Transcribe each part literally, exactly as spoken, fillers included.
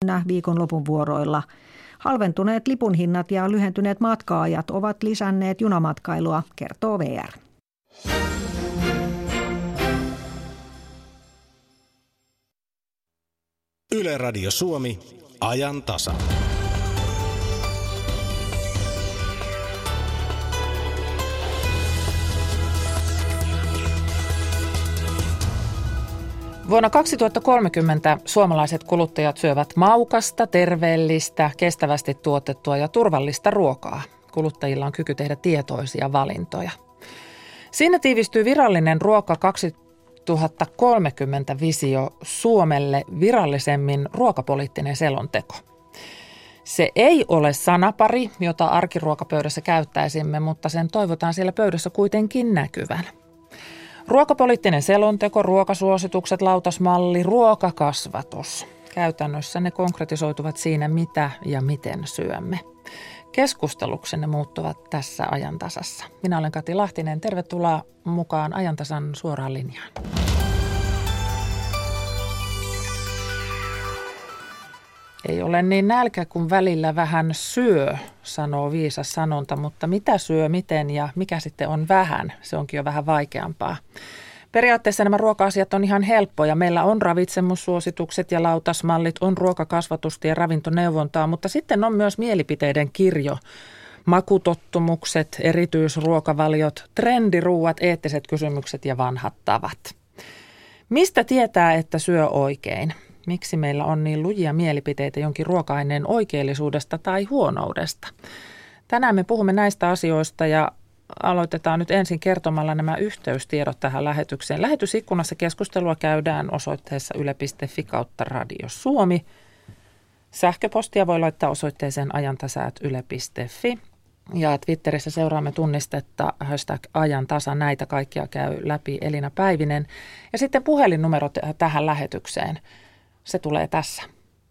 viikonlopun vuoroilla. Halventuneet lipunhinnat ja lyhentyneet matka-ajat ovat lisänneet junamatkailua, kertoo V R. Yle Radio Suomi, ajan tasa. Vuonna kaksituhattakolmekymmentä suomalaiset kuluttajat syövät maukasta, terveellistä, kestävästi tuotettua ja turvallista ruokaa. Kuluttajilla on kyky tehdä tietoisia valintoja. Siinä tiivistyy virallinen Ruoka kaksituhattakolmekymmentä-visio Suomelle, virallisemmin ruokapoliittinen selonteko. Se ei ole sanapari, jota arkiruokapöydässä käyttäisimme, mutta sen toivotaan siellä pöydässä kuitenkin näkyvän. Ruokapoliittinen selonteko, ruokasuositukset, lautasmalli, ruokakasvatus. Käytännössä ne konkretisoituvat siinä, mitä ja miten syömme. Keskusteluksenne muuttuvat tässä ajantasassa. Minä olen Kati Lahtinen. Tervetuloa mukaan ajantasan suoraan linjaan. Ei ole niin nälkä kuin välillä vähän syö, sanoo viisas sanonta, mutta mitä syö, miten ja mikä sitten on vähän, se onkin jo vähän vaikeampaa. Periaatteessa nämä ruoka-asiat on ihan helppoja. Meillä on ravitsemussuositukset ja lautasmallit, on ruokakasvatusta ja ravintoneuvontaa, mutta sitten on myös mielipiteiden kirjo. Makutottumukset, erityisruokavaliot, trendiruuat, eettiset kysymykset ja vanhat tavat. Mistä tietää, että syö oikein? Miksi meillä on niin lujia mielipiteitä jonkin ruoka-aineen oikeellisuudesta tai huonoudesta? Tänään me puhumme näistä asioista ja aloitetaan nyt ensin kertomalla nämä yhteystiedot tähän lähetykseen. Lähetysikkunassa keskustelua käydään osoitteessa yle piste fi kautta Radio Suomi. Sähköpostia voi laittaa osoitteeseen ajantasa ät yle piste fi. Ja Twitterissä seuraamme tunnistetta hashtag ajantasa. Näitä kaikkia käy läpi Elina Päivinen. Ja sitten puhelinnumero t- tähän lähetykseen. Se tulee tässä.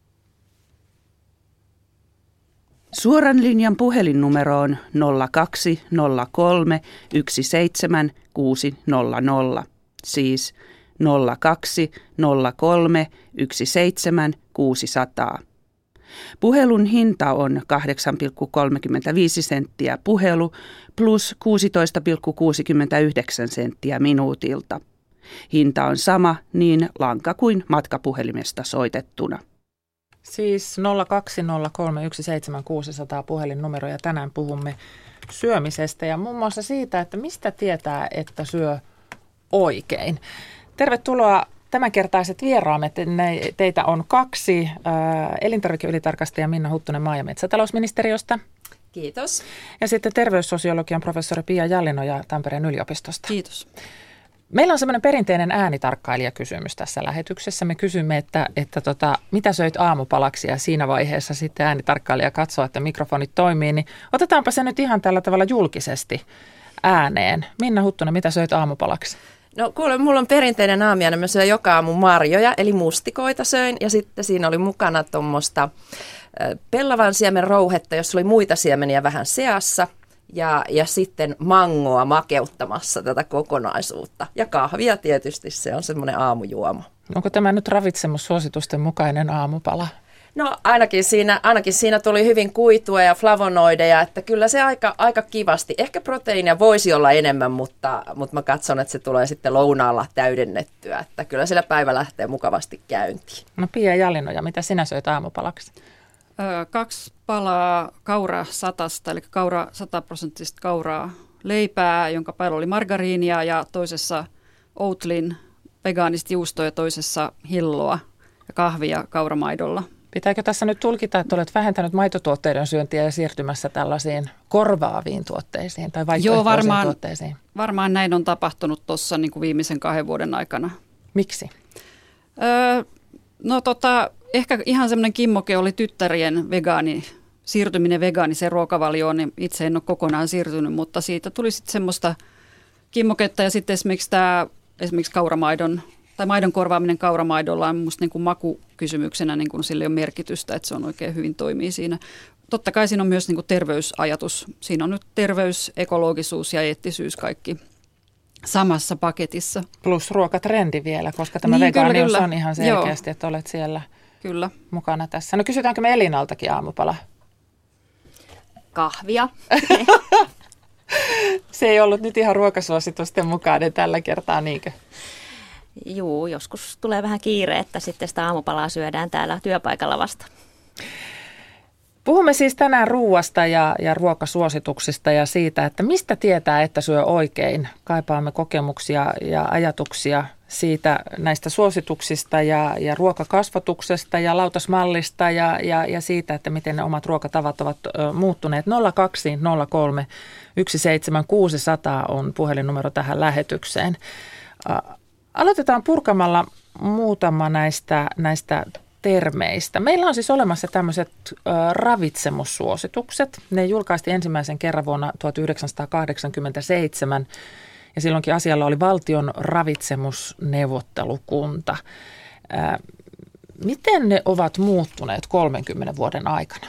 Suoran linjan puhelinnumero on nolla kaksi nolla kolme yksi seitsemän kuusi nolla nolla, siis nolla kaksi nolla kolme yksi seitsemän kuusi nolla nolla. Puhelun hinta on kahdeksan pilkku kolmekymmentäviisi senttiä puhelu plus kuusitoista pilkku kuusikymmentäyhdeksän senttiä minuutilta. Hinta on sama niin lanka kuin matkapuhelimesta soitettuna. Siis nolla kaksi nolla kolme yksi seitsemän kuusi nolla nolla puhelinnumero ja tänään puhumme syömisestä ja muun muassa siitä, että mistä tietää, että syö oikein. Tervetuloa tämänkertaiset vieraamme. Teitä on kaksi. Elintarvikeylitarkastaja Minna Huttunen maa- ja metsätalousministeriöstä. Kiitos. Ja sitten terveyssosiologian professori Pia Jallinoja Tampereen yliopistosta. Kiitos. Meillä on semmoinen perinteinen äänitarkkailijakysymys tässä lähetyksessä. Me kysymme, että, että tota, mitä söit aamupalaksi ja siinä vaiheessa sitten äänitarkkailija katsoo, että mikrofonit toimii. Niin otetaanpa se nyt ihan tällä tavalla julkisesti ääneen. Minna Huttunen, mitä söit aamupalaksi? No kuule, mulla on perinteinen aamiainen. Mä syön joka aamu marjoja, eli mustikoita söin. Ja sitten siinä oli mukana tuommoista pellavan siemen rouhetta, jossa oli muita siemeniä vähän seassa. Ja, ja sitten mangoa makeuttamassa tätä kokonaisuutta. Ja kahvia tietysti, se on semmoinen aamujuoma. Onko tämä nyt ravitsemussuositusten mukainen aamupala? No ainakin siinä, ainakin siinä tuli hyvin kuitua ja flavonoideja, että kyllä se aika, aika kivasti. Ehkä proteiinia voisi olla enemmän, mutta, mutta mä katson, että se tulee sitten lounaalla täydennettyä. Että kyllä siellä päivä lähtee mukavasti käyntiin. No Pia Jallinoja, mitä sinä söit aamupalaksi? Kaksi palaa kaurasatasta, eli kaura, sataprosenttista kauraa leipää, jonka päällä oli margariinia ja toisessa Oatlyn vegaanista juustoa ja toisessa hilloa ja kahvia kauramaidolla. Pitääkö tässä nyt tulkita, että olet vähentänyt maitotuotteiden syöntiä ja siirtymässä tällaisiin korvaaviin tuotteisiin tai vaihtoehtoisiin Joo, varmaan, tuotteisiin? Varmaan näin on tapahtunut tuossa niin kuin viimeisen kahden vuoden aikana. Miksi? Öö, no tota... Ehkä ihan semmoinen kimmoke oli tyttärien vegaani, siirtyminen vegaaniseen ruokavalioon, niin itse en ole kokonaan siirtynyt, mutta siitä tuli sitten semmoista kimmoketta ja sitten esimerkiksi tämä esimerkiksi kauramaidon tai maidon korvaaminen kauramaidolla on musta niin kuin makukysymyksenä, niin kuin sille on merkitystä, että se on oikein hyvin toimii siinä. Totta kai siinä on myös niin kuin terveysajatus. Siinä on nyt terveys, ekologisuus ja eettisyys kaikki samassa paketissa. Plus ruokatrendi vielä, koska tämä niin, vegaanius kyllä, on ihan selkeästi, Joo. että olet siellä Kyllä. Mukana tässä. No kysytäänkö me Elinaltakin aamupala? Kahvia. Se ei ollut nyt ihan ruokasuositusten mukainen tällä kertaa, niinkö? Juu, joskus tulee vähän kiire, että sitten sitä aamupalaa syödään täällä työpaikalla vasta. Puhumme siis tänään ruuasta ja, ja ruokasuosituksista ja siitä, että mistä tietää, että syö oikein. Kaipaamme kokemuksia ja ajatuksia siitä näistä suosituksista ja, ja ruokakasvatuksesta ja lautasmallista ja, ja, ja siitä, että miten ne omat ruokatavat ovat ö, muuttuneet. nolla kaksi nolla kolme yksi seitsemän kuusi nolla nolla on puhelinnumero tähän lähetykseen. Ä, aloitetaan purkamalla muutama näistä, näistä termeistä. Meillä on siis olemassa tämmöiset ö, ravitsemussuositukset. Ne julkaistiin ensimmäisen kerran vuonna tuhatyhdeksänsataakahdeksankymmentäseitsemän ja silloinkin asialla oli valtion ravitsemusneuvottelukunta. Ö, miten ne ovat muuttuneet kolmenkymmenen vuoden aikana?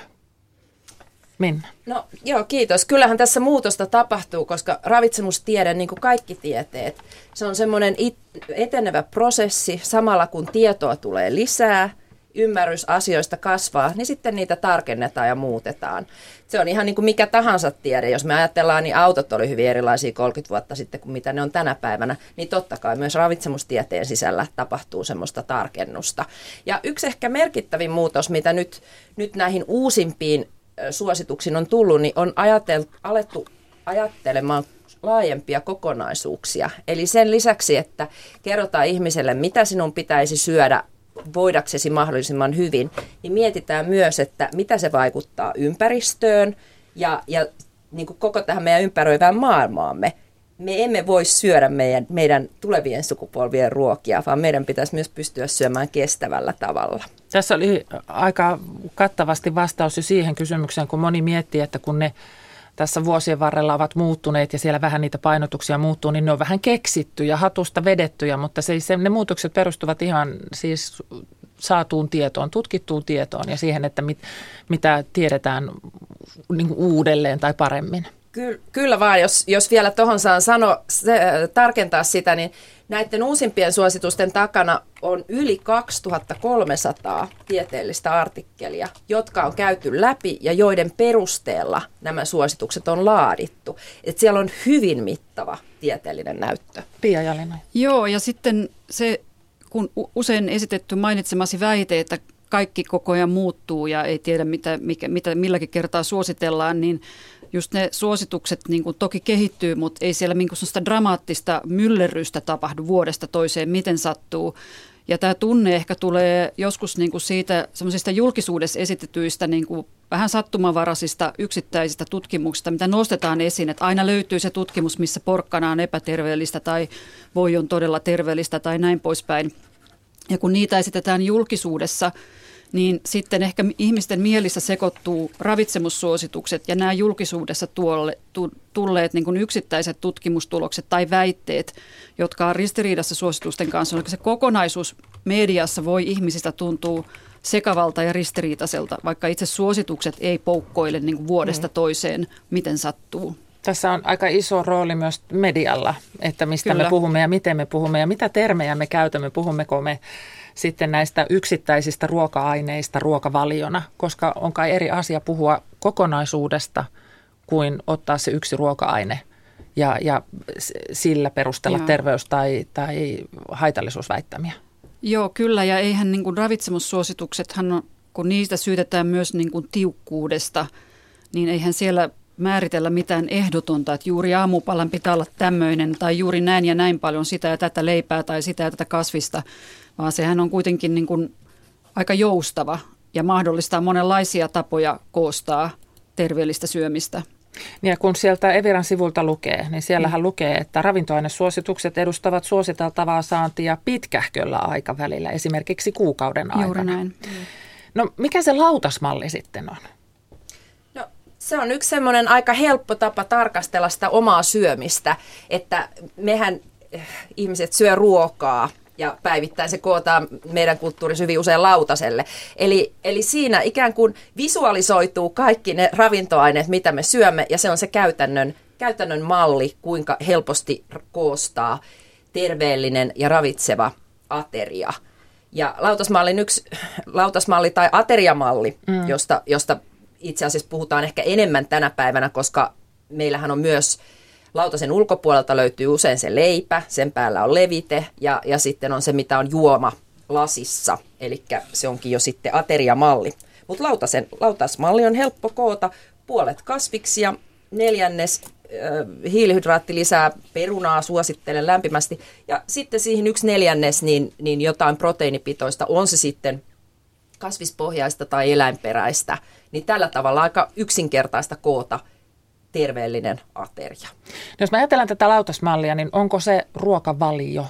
Minna. No joo, kiitos. Kyllähän tässä muutosta tapahtuu, koska ravitsemustiede, niin kuin kaikki tieteet, se on semmoinen etenevä prosessi. Samalla kun tietoa tulee lisää, ymmärrys asioista kasvaa, niin sitten niitä tarkennetaan ja muutetaan. Se on ihan niin kuin mikä tahansa tiede. Jos me ajatellaan, niin autot oli hyvin erilaisia kolmekymmentä vuotta sitten kuin mitä ne on tänä päivänä, niin totta kai myös ravitsemustieteen sisällä tapahtuu semmoista tarkennusta. Ja yksi ehkä merkittävin muutos, mitä nyt, nyt näihin uusimpiin suosituksiin on tullut, niin on ajatel, alettu ajattelemaan laajempia kokonaisuuksia. Eli sen lisäksi, että kerrotaan ihmiselle, mitä sinun pitäisi syödä voidaksesi mahdollisimman hyvin, niin mietitään myös, että mitä se vaikuttaa ympäristöön ja, ja niin kuin koko tähän meidän ympäröivään maailmaamme. Me emme voi syödä meidän, meidän tulevien sukupolvien ruokia, vaan meidän pitäisi myös pystyä syömään kestävällä tavalla. Tässä oli aika kattavasti vastaus jo siihen kysymykseen, kun moni miettii, että kun ne tässä vuosien varrella ovat muuttuneet ja siellä vähän niitä painotuksia muuttuu, niin ne on vähän keksitty ja hatusta vedettyjä, mutta se, se, ne muutokset perustuvat ihan siis saatuun tietoon, tutkittuun tietoon ja siihen, että mit, mitä tiedetään niin kuin uudelleen tai paremmin. Ky- kyllä vaan, jos, jos vielä tuohon saan sano, se, tarkentaa sitä, niin näiden uusimpien suositusten takana on yli kaksituhattakolmesataa tieteellistä artikkelia, jotka on käyty läpi ja joiden perusteella nämä suositukset on laadittu. Et siellä on hyvin mittava tieteellinen näyttö. Pia Jalina. Joo, ja sitten se, kun usein esitetty mainitsemasi väite, että kaikki koko ajan muuttuu ja ei tiedä, mitä, mikä, mitä milläkin kertaa suositellaan, niin just ne suositukset niin kuin toki kehittyy, mutta ei siellä niin kuin sellaista dramaattista myllerrystä tapahdu vuodesta toiseen, miten sattuu. Ja tämä tunne ehkä tulee joskus niin kuin siitä semmoisista julkisuudessa esitetyistä niin kuin vähän sattumanvaraisista yksittäisistä tutkimuksista, mitä nostetaan esiin, että aina löytyy se tutkimus, missä porkkana on epäterveellistä tai voi on todella terveellistä tai näin poispäin. Ja kun niitä esitetään julkisuudessa, niin sitten ehkä ihmisten mielissä sekoittuu ravitsemussuositukset ja nämä julkisuudessa tuolle, tu, tulleet niin kuin yksittäiset tutkimustulokset tai väitteet, jotka on ristiriidassa suositusten kanssa. Se kokonaisuus mediassa voi ihmisistä tuntua sekavalta ja ristiriitaiselta, vaikka itse suositukset ei poukkoile niin kuin vuodesta toiseen, miten sattuu. Tässä on aika iso rooli myös medialla, että mistä Kyllä. me puhumme ja miten me puhumme ja mitä termejä me käytämme, puhummeko me sitten näistä yksittäisistä ruoka-aineista ruokavaliona, koska on kai eri asia puhua kokonaisuudesta kuin ottaa se yksi ruoka-aine ja, ja sillä perustella Joo. terveys- tai, tai haitallisuusväittämiä. Joo, kyllä, ja eihän niin kuin ravitsemussuosituksethan, kun niistä syytetään myös niin kuin tiukkuudesta, niin eihän siellä määritellä mitään ehdotonta, että juuri aamupalan pitää olla tämmöinen tai juuri näin ja näin paljon sitä ja tätä leipää tai sitä ja tätä kasvista, vaan sehän on kuitenkin niin kuin aika joustava ja mahdollistaa monenlaisia tapoja koostaa terveellistä syömistä. Ja kun sieltä Eviran sivulta lukee, niin siellähän mm. lukee, että ravintoainesuositukset edustavat suositeltavaa saantia pitkähköllä aikavälillä, esimerkiksi kuukauden aikana. Juuri näin. No mikä se lautasmalli sitten on? No se on yksi semmoinen aika helppo tapa tarkastella sitä omaa syömistä, että mehän ihmiset syö ruokaa. Ja päivittäin se kootaan meidän kulttuurissa hyvin usein lautaselle. Eli, eli siinä ikään kuin visualisoituu kaikki ne ravintoaineet, mitä me syömme, ja se on se käytännön, käytännön malli, kuinka helposti koostaa terveellinen ja ravitseva ateria. Ja lautasmallin yksi, lautasmalli tai ateriamalli, mm. josta, josta itse asiassa puhutaan ehkä enemmän tänä päivänä, koska meillähän on myös lautasen ulkopuolelta löytyy usein se leipä, sen päällä on levite ja, ja sitten on se, mitä on juoma lasissa, eli se onkin jo sitten ateriamalli. Mutta lautasen, lautasmalli on helppo koota, puolet kasviksia, neljännes äh, hiilihydraatti lisää perunaa, suosittelen lämpimästi, ja sitten siihen yksi neljännes niin, niin jotain proteiinipitoista, on se sitten kasvispohjaista tai eläinperäistä, niin tällä tavalla aika yksinkertaista koota terveellinen ateria. Jos me ajatellaan tätä lautasmallia, niin onko se ruokavalio?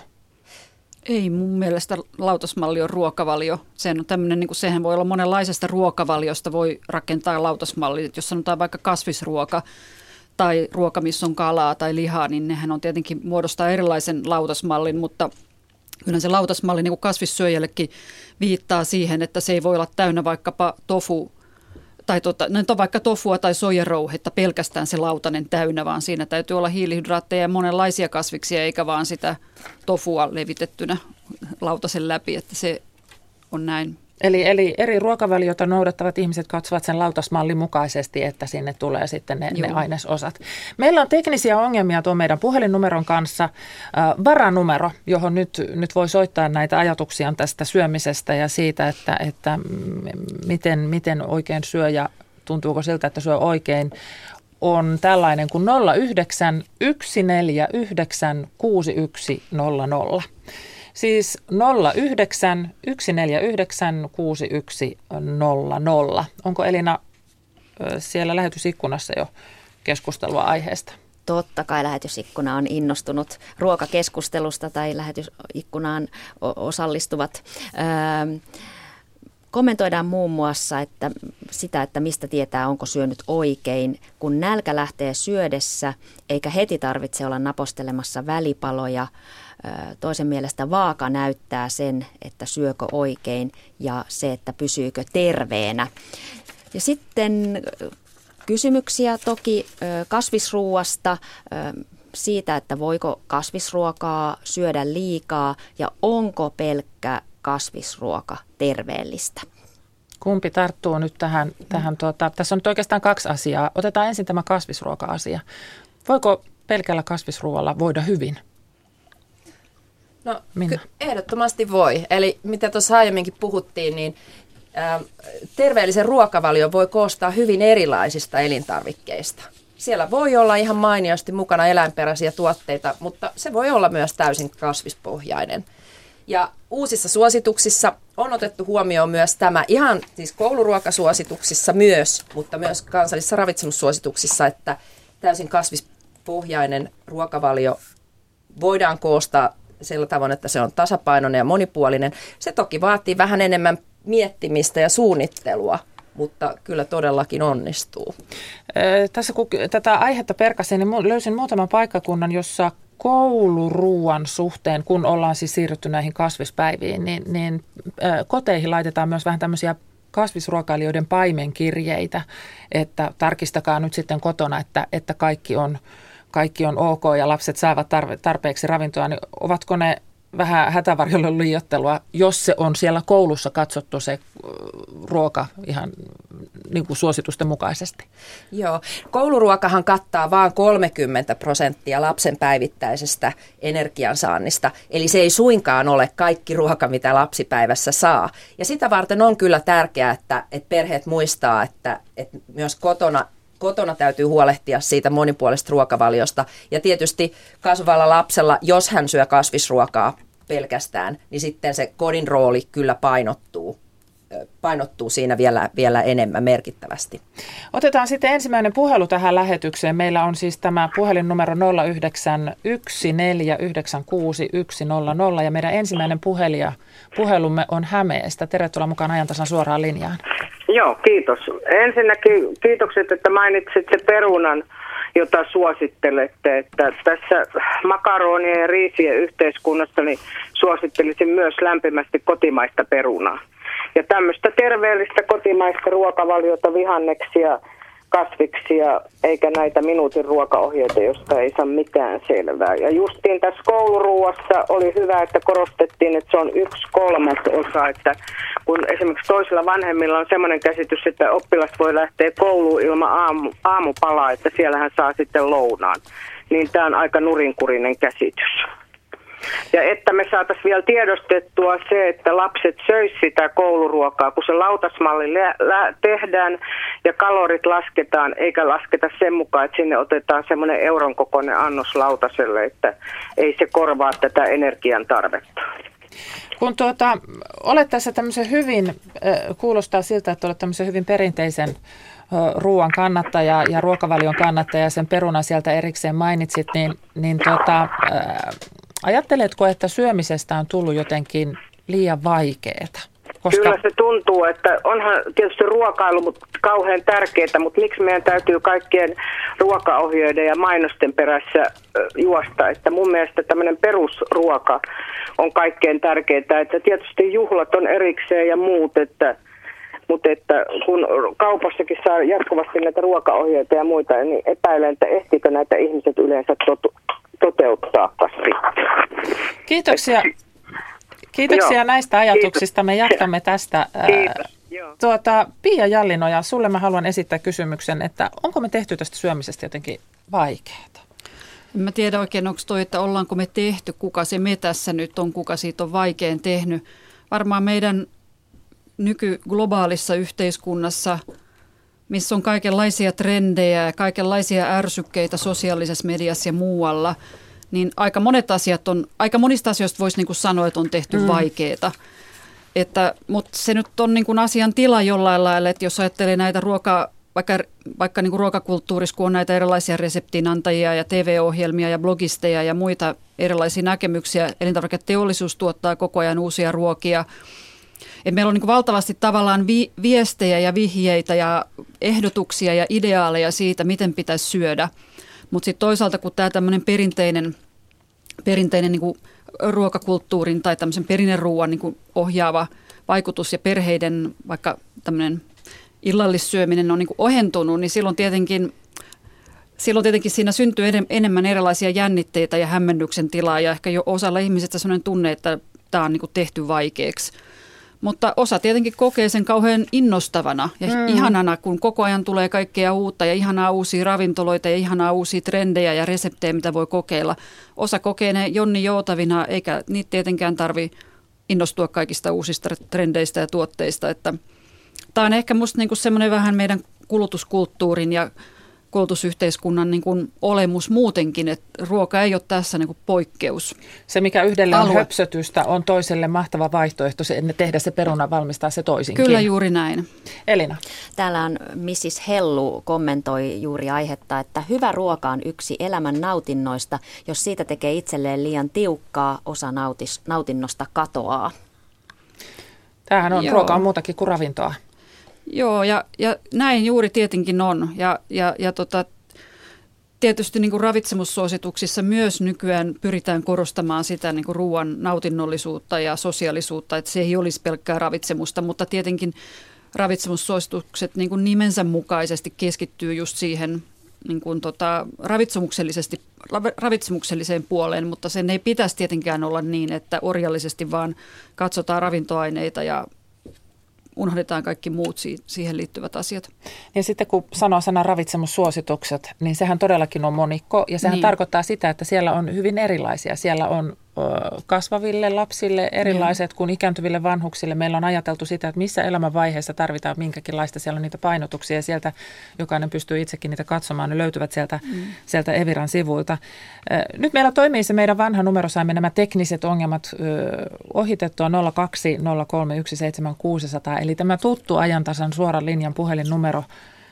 Ei mun mielestä lautasmalli on ruokavalio. Sehän on tämmöinen, niin kuin sehän voi olla monenlaisesta ruokavaliosta, voi rakentaa lautasmalli. Jos sanotaan vaikka kasvisruoka tai ruoka, missä on kalaa tai lihaa, niin nehän on tietenkin muodostaa erilaisen lautasmallin, mutta kyllä se lautasmalli niin kuin kasvissyöjällekin viittaa siihen, että se ei voi olla täynnä vaikkapa tofu, tai tota, no, vaikka tofua tai soijarouhetta pelkästään se lautanen täynnä, vaan siinä täytyy olla hiilihydraatteja ja monenlaisia kasviksia, eikä vaan sitä tofua levitettynä lautasen läpi, että se on näin. Eli, eli eri ruokavaliota noudattavat ihmiset katsovat sen lautasmallin mukaisesti, että sinne tulee sitten ne, ne ainesosat. Meillä on teknisiä ongelmia tuon meidän puhelinnumeron kanssa. Äh, varanumero, johon nyt, nyt voi soittaa näitä ajatuksia tästä syömisestä ja siitä, että, että miten, miten oikein syö ja tuntuuko siltä, että syö oikein, on tällainen kuin nolla yhdeksän yksi neljä yhdeksän kuusi yksi nolla nolla. Siis nolla yhdeksän yksi neljä yhdeksän kuusi yksi nolla nolla. Onko Elina siellä lähetysikkunassa jo keskustelua aiheesta? Totta kai lähetysikkuna on innostunut ruokakeskustelusta tai lähetysikkunaan osallistuvat. Öö, kommentoidaan muun muassa että sitä, että mistä tietää, onko syönyt oikein, kun nälkä lähtee syödessä, eikä heti tarvitse olla napostelemassa välipaloja. Toisen mielestä vaaka näyttää sen, että syökö oikein ja se, että pysyykö terveenä. Ja sitten kysymyksiä toki kasvisruuasta, siitä, että voiko kasvisruokaa syödä liikaa ja onko pelkkä kasvisruoka terveellistä. Kumpi tarttuu nyt tähän? tähän tuota, tässä on nyt oikeastaan kaksi asiaa. Otetaan ensin tämä kasvisruoka-asia. Voiko pelkällä kasvisruoalla voida hyvin? No ky- ehdottomasti voi. Eli mitä tuossa aiemminkin puhuttiin, niin ä, terveellisen ruokavalion voi koostaa hyvin erilaisista elintarvikkeista. Siellä voi olla ihan mainiosti mukana eläinperäisiä tuotteita, mutta se voi olla myös täysin kasvispohjainen. Ja uusissa suosituksissa on otettu huomioon myös tämä, ihan siis kouluruokasuosituksissa myös, mutta myös kansallisissa ravitsemussuosituksissa, että täysin kasvispohjainen ruokavalio voidaan koostaa sillä tavoin, että se on tasapainoinen ja monipuolinen. Se toki vaatii vähän enemmän miettimistä ja suunnittelua, mutta kyllä todellakin onnistuu. Ee, tässä kun tätä aihetta perkasin, niin löysin muutaman paikkakunnan, jossa kouluruuan suhteen, kun ollaan siis siirrytty näihin kasvispäiviin, niin, niin ä, koteihin laitetaan myös vähän tämmöisiä kasvisruokailijoiden paimenkirjeitä, että tarkistakaa nyt sitten kotona, että, että kaikki on kaikki on ok ja lapset saavat tarpeeksi ravintoa, niin ovatko ne vähän hätävarjolla liioittelua, jos se on siellä koulussa katsottu se ruoka ihan niin kuin suositusten mukaisesti? Joo, kouluruokahan kattaa vain kolmekymmentä prosenttia lapsen päivittäisestä energiansaannista, eli se ei suinkaan ole kaikki ruoka, mitä lapsipäivässä saa. Ja sitä varten on kyllä tärkeää, että, että perheet muistaa, että, että myös kotona Kotona täytyy huolehtia siitä monipuolisesta ruokavaliosta ja tietysti kasvavalla lapsella, jos hän syö kasvisruokaa pelkästään, niin sitten se kodin rooli kyllä painottuu, painottuu siinä vielä, vielä enemmän merkittävästi. Otetaan sitten ensimmäinen puhelu tähän lähetykseen. Meillä on siis tämä puhelinnumero nolla yhdeksän yksi neljä yhdeksän kuusi yksi nolla nolla ja meidän ensimmäinen puhelija, puhelumme on Hämeestä. Tervetuloa mukaan Ajantasan suoraan linjaan. Joo, kiitos. Ensinnäkin kiitokset, että mainitsit se perunan, jota suosittelette, että tässä makaronien ja riisien yhteiskunnassa niin suosittelisin myös lämpimästi kotimaista perunaa. Ja tämmöistä terveellistä kotimaista ruokavaliota, vihanneksia, kasviksia eikä näitä minuutin ruokaohjeita, josta ei saa mitään selvää. Ja justiin tässä kouluruuassa oli hyvä, että korostettiin, että se on yksi kolmas osa, että kun esimerkiksi toisilla vanhemmilla on semmoinen käsitys, että oppilas voi lähteä kouluun ilman aamu, aamupalaa, että siellä hän saa sitten lounaan, niin tämä on aika nurinkurinen käsitys. Ja että me saataisiin vielä tiedostettua se, että lapset söis sitä kouluruokaa, kun se lautasmalli lä- lä- tehdään ja kalorit lasketaan, eikä lasketa sen mukaan, että sinne otetaan semmoinen euron kokoinen annos lautaselle, että ei se korvaa tätä energian tarvetta. Kun tuota, olet tässä tämmöisen hyvin, äh, kuulostaa siltä, että olet tämmöisen hyvin perinteisen äh, ruoan kannattaja ja ruokavalion kannattaja ja sen peruna sieltä erikseen mainitsit, niin, niin tuota, äh, ajatteletko, että syömisestä on tullut jotenkin liian vaikeaa? Koska... Kyllä se tuntuu, että onhan tietysti ruokailu kauhean tärkeää, mutta miksi meidän täytyy kaikkien ruokaohjeiden ja mainosten perässä juosta? Että mun mielestä tämmöinen perusruoka on kaikkein tärkeintä, että tietysti juhlat on erikseen ja muut, että, mutta että kun kaupassakin saa jatkuvasti näitä ruokaohjeita ja muita, niin epäilen, että ehtiikö näitä ihmiset yleensä tot- toteuttaa sitten. Kiitoksia. Kiitoksia Joo. näistä ajatuksista. Kiitos. Me jatkamme tästä. Kiitos. Tuota, Pia Jallinoja, sulle mä haluan esittää kysymyksen, että onko me tehty tästä syömisestä jotenkin vaikeaa? En mä tiedä oikein, onko toi, että ollaanko me tehty, kuka se me tässä nyt on, kuka siitä on vaikein tehnyt. Varmaan meidän nykyglobaalissa yhteiskunnassa, missä on kaikenlaisia trendejä ja kaikenlaisia ärsykkeitä sosiaalisessa mediassa ja muualla, niin aika monet asiat on, aika monista asioista voisi niin kuin sanoa, että on tehty mm. vaikeaa. Että, mutta se nyt on niin kuin asian tila jollain lailla, että jos ajattelee näitä ruoka, vaikka, vaikka niin kuin ruokakulttuurissa, kun on näitä erilaisia reseptinantajia ja T V-ohjelmia ja blogisteja ja muita erilaisia näkemyksiä, elintarviketeollisuus tuottaa koko ajan uusia ruokia. Et meillä on niin kuin valtavasti tavallaan vi- viestejä ja vihjeitä ja ehdotuksia ja ideaaleja siitä, miten pitäisi syödä. Mutta sitten toisaalta, kun tämä tämmöinen perinteinen, perinteinen niin kuin ruokakulttuurin tai tämmöisen perinneruuan niin kuin ohjaava vaikutus ja perheiden vaikka tämmöinen illallissyöminen on niin kuin ohentunut, niin silloin tietenkin, silloin tietenkin siinä syntyy enemmän erilaisia jännitteitä ja hämmennyksen tilaa ja ehkä jo osalla ihmisistä sellainen tunne, että tämä on niin kuin tehty vaikeaksi. Mutta osa tietenkin kokee sen kauhean innostavana ja mm. ihanana, kun koko ajan tulee kaikkea uutta ja ihanaa uusia ravintoloita ja ihanaa uusia trendejä ja reseptejä, mitä voi kokeilla. Osa kokee ne jonni joutavina, eikä niitä tietenkään tarvitse innostua kaikista uusista trendeistä ja tuotteista. Että tämä on ehkä musta niinku semmoinen vähän meidän kulutuskulttuurin ja kulutusyhteiskunnan niin kuin olemus muutenkin, että ruoka ei ole tässä niin kuin poikkeus. Se, mikä yhdelle on höpsötystä, on toiselle mahtava vaihtoehto, se, tehdä se peruna, valmistaa se toisinkin. Kyllä juuri näin. Elina. Täällä on missis Hellu kommentoi juuri aihetta, että hyvä ruoka on yksi elämän nautinnoista. Jos siitä tekee itselleen liian tiukkaa, osa nautis, nautinnosta katoaa. Tämähän on, Joo. ruoka on muutakin kuin ravintoa. Joo, ja, ja näin juuri tietenkin on. Ja, ja, ja tota, tietysti niin kuin ravitsemussuosituksissa myös nykyään pyritään korostamaan sitä niin kuin ruoan nautinnollisuutta ja sosiaalisuutta, että se ei olisi pelkkää ravitsemusta, mutta tietenkin ravitsemussuositukset niin kuin nimensä mukaisesti keskittyy just siihen niin kuin tota, ravitsemuksellisesti, ravitsemukselliseen puoleen, mutta sen ei pitäisi tietenkään olla niin, että orjallisesti vaan katsotaan ravintoaineita ja unohdetaan kaikki muut siihen liittyvät asiat. Ja sitten kun sanoo sanan ravitsemussuositukset, niin sehän todellakin on monikko ja sehän niin. tarkoittaa sitä, että siellä on hyvin erilaisia. Siellä on kasvaville lapsille erilaiset kuin ikääntyville vanhuksille. Meillä on ajateltu sitä, että missä elämänvaiheessa tarvitaan minkäkinlaista. Siellä on niitä painotuksia ja sieltä jokainen pystyy itsekin niitä katsomaan. Ne löytyvät sieltä, mm. sieltä Eviran sivuilta. Nyt meillä toimii se meidän vanha numero. Saimme nämä tekniset ongelmat ohitettua nolla kaksi nolla kolme yksi seitsemän kuusi nolla nolla. Eli tämä tuttu ajantasan suoran linjan puhelinnumero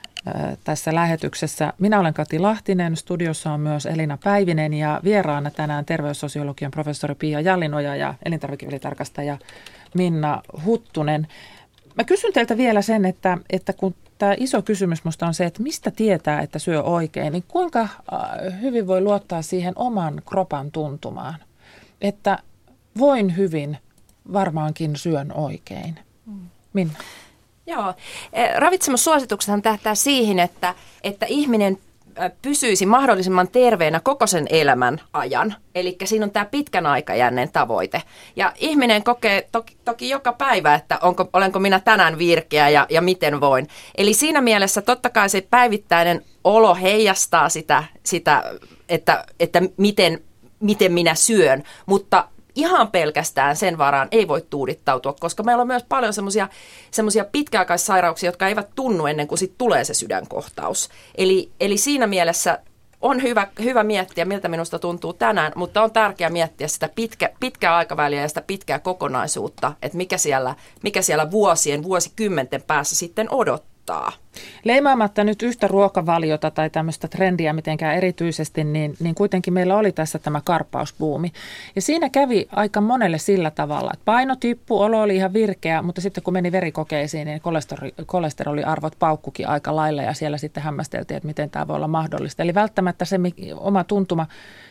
tässä lähetyksessä. Minä olen Kati Lahtinen, studiossa on myös Elina Päivinen ja vieraana tänään terveyssosiologian professori Pia Jallinoja ja elintarvikevalitarkastaja Minna Huttunen. Mä kysyn teiltä vielä sen, että, että kun tämä iso kysymys musta on se, että mistä tietää, että syö oikein, niin kuinka hyvin voi luottaa siihen oman kropan tuntumaan, että voin hyvin, varmaankin syön oikein. Minna. Joo. Ravitsemussuosituksethan tähtää siihen, että, että ihminen pysyisi mahdollisimman terveenä koko sen elämän ajan. Eli siinä on tämä pitkän aikajänneen tavoite. Ja ihminen kokee toki, toki joka päivä, että onko, olenko minä tänään virkeä ja, ja miten voin. Eli siinä mielessä totta kai se päivittäinen olo heijastaa sitä, sitä että, että miten, miten minä syön, mutta ihan pelkästään sen varaan ei voi tuudittautua, koska meillä on myös paljon semmoisia semmoisia pitkäaikaissairauksia, jotka eivät tunnu ennen kuin sit tulee se sydänkohtaus. Eli, eli siinä mielessä on hyvä, hyvä miettiä, miltä minusta tuntuu tänään, mutta on tärkeää miettiä sitä pitkä, pitkää aikaväliä ja sitä pitkää kokonaisuutta, että mikä siellä, mikä siellä vuosien, vuosikymmenten päässä sitten odottaa. Leimaamatta nyt yhtä ruokavaliota tai tämmöistä trendiä mitenkään erityisesti, niin, niin kuitenkin meillä oli tässä tämä karppausbuumi. Ja siinä kävi aika monelle sillä tavalla, että paino tippui, olo oli ihan virkeä, mutta sitten kun meni verikokeisiin, niin kolesteroli, kolesteroliarvot paukkukin aika lailla ja siellä sitten hämmästeltiin, että miten tämä voi olla mahdollista. Eli välttämättä se oma tuntuma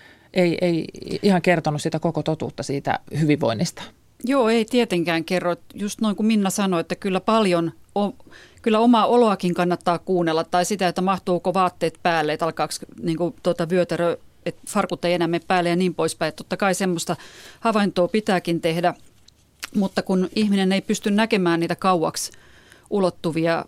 ei, ei ihan kertonut sitä koko totuutta siitä hyvinvoinnista. Joo, ei tietenkään kerro. Just noin kuin Minna sanoi, että kyllä paljon on, kyllä omaa oloakin kannattaa kuunnella tai sitä, että mahtuuko vaatteet päälle, että alkaako niin kuin, tuota, vyötärö, että farkut ei enää mene päälle ja niin poispäin. Totta kai semmoista havaintoa pitääkin tehdä, mutta kun ihminen ei pysty näkemään niitä kauaksi ulottuvia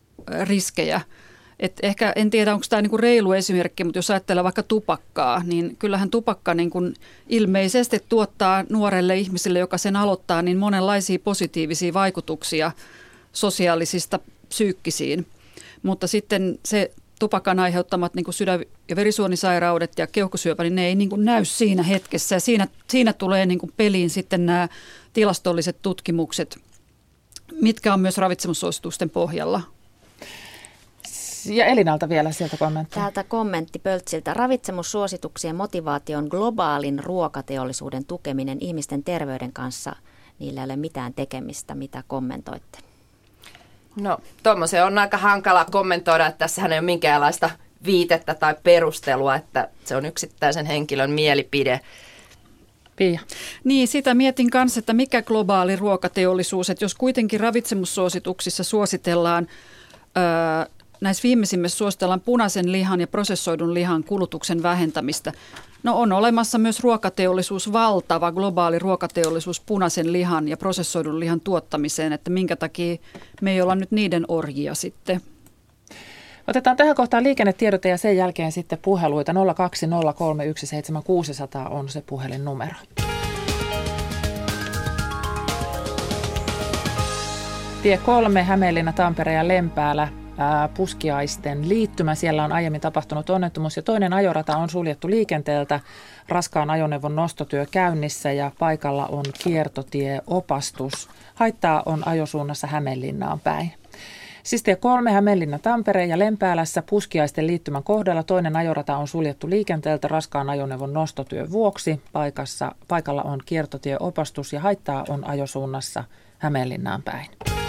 riskejä, et ehkä en tiedä, onko tämä niinku reilu esimerkki, mutta jos ajattelee vaikka tupakkaa, niin kyllähän tupakka niinku ilmeisesti tuottaa nuorelle ihmiselle, joka sen aloittaa, niin monenlaisia positiivisia vaikutuksia sosiaalisista psyykkisiin. Mutta sitten se tupakan aiheuttamat niinku sydän- ja verisuonisairaudet ja keuhkosyöpä, niin ne ei niinku näy siinä hetkessä. Ja siinä, siinä tulee niinku peliin sitten nämä tilastolliset tutkimukset, mitkä on myös ravitsemussuositusten pohjalla. Ja Elinalta vielä sieltä kommentti. Täältä kommentti Pöltsiltä. Ravitsemussuosituksien motivaatio on globaalin ruokateollisuuden tukeminen ihmisten terveyden kanssa. Niillä ei ole mitään tekemistä. Mitä kommentoitte? No, tuommoisen on aika hankala kommentoida, että tässähän ei ole minkäänlaista viitettä tai perustelua, että se on yksittäisen henkilön mielipide. Pia. Niin, sitä mietin kanssa, että mikä globaali ruokateollisuus, että jos kuitenkin ravitsemussuosituksissa suositellaan öö, näissä viimeisimmissä suositellaan punaisen lihan ja prosessoidun lihan kulutuksen vähentämistä. No on olemassa myös ruokateollisuus, valtava globaali ruokateollisuus punaisen lihan ja prosessoidun lihan tuottamiseen, että minkä takia me ei olla nyt niiden orjia sitten. Otetaan tähän kohtaan liikennetiedote ja sen jälkeen sitten puheluita. nolla kaksi nolla kolme yksi seitsemän kuusi nolla nolla on se puhelinnumero. Tie kolme, Hämeenlinna, Tampere ja Lempäälä. Puskiaisten liittymä. Siellä on aiemmin tapahtunut onnettomuus ja toinen ajorata on suljettu liikenteeltä. Raskaan ajoneuvon nostotyö käynnissä ja paikalla on kiertotieopastus. Haittaa on ajosuunnassa Hämeenlinnaan päin. Siis tie kolme, Hämeenlinna, Tampere ja Lempäälässä Puskiaisten liittymän kohdalla toinen ajorata on suljettu liikenteeltä raskaan ajoneuvon nostotyön vuoksi. Paikassa, paikalla on kiertotieopastus ja haittaa on ajosuunnassa Hämeenlinnaan päin.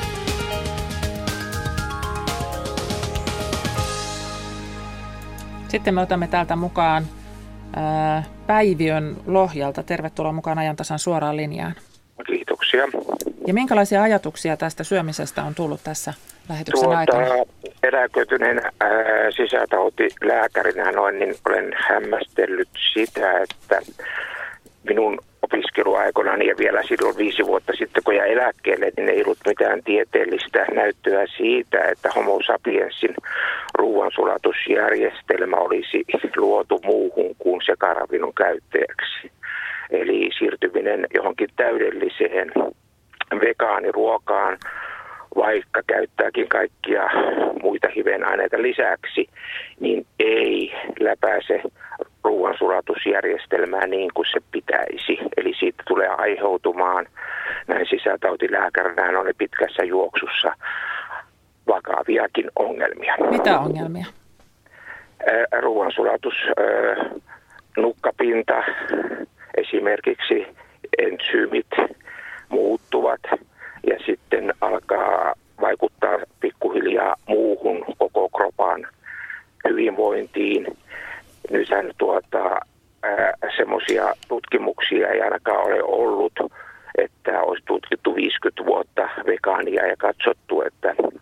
Sitten me otamme täältä mukaan ää, Päiviön Lohjalta. Tervetuloa mukaan Ajantasan suoraan linjaan. Kiitoksia. Ja minkälaisia ajatuksia tästä syömisestä on tullut tässä lähetyksen tuota, aikana? Eläköityneen ää, sisätautilääkärinä noin, niin olen hämmästellyt sitä, että minun opiskeluaikoinani ja vielä silloin viisi vuotta sitten, kun jäin eläkkeelle, niin ei ollut mitään tieteellistä näyttöä siitä, että homo sapiensin ruoansulatusjärjestelmä olisi luotu muuhun kuin sekaravinnon käyttäjäksi. Eli siirtyminen johonkin täydelliseen vegaaniruokaan, vaikka käyttääkin kaikkia muita hivenaineita lisäksi, niin ei läpäise ruoansulatusjärjestelmää niin kuin se pitäisi. Eli siitä tulee aiheutumaan näin sisätautilääkärinä oli pitkässä juoksussa vakaviakin ongelmia. Mitä ongelmia? Ruoansulatus, nukkapinta, esimerkiksi entsyymit muuttuvat ja sitten alkaa vaikuttaa pikkuhiljaa muuhun koko kropan hyvinvointiin. Nythän tuota, semmoisia tutkimuksia ei ainakaan ole ollut, että olisi tutkittu viisikymmentä vuotta vegaania ja katsottu, että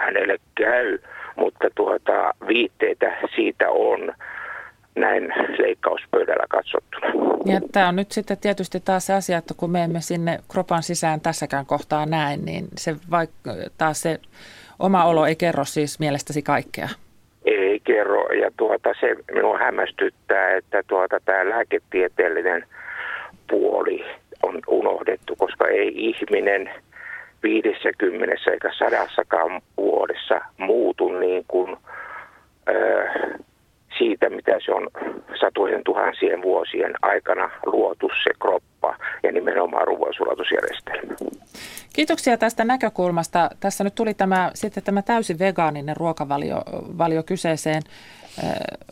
hänelle käy, mutta tuota, viitteitä siitä on näin leikkauspöydällä katsottuna. Ja tämä on nyt sitten tietysti taas se asia, että kun me emme sinne kropan sisään tässäkään kohtaa näe, niin se vaikka taas se oma olo ei kerro siis mielestäsi kaikkea. Ei kerro, ja tuota, se minua hämmästyttää, että tuota, tämä lääketieteellinen puoli on unohdettu, koska ei ihminen viidessäkymmenessä eikä sadassakaan vuodessa muutu niin kuin öö, siitä, mitä se on satojen tuhansien vuosien aikana luotu se kroppa ja nimenomaan ruoansulatusjärjestelmä. Kiitoksia tästä näkökulmasta. Tässä nyt tuli tämä, sitten tämä täysin vegaaninen ruokavalio valio kyseeseen. Äh,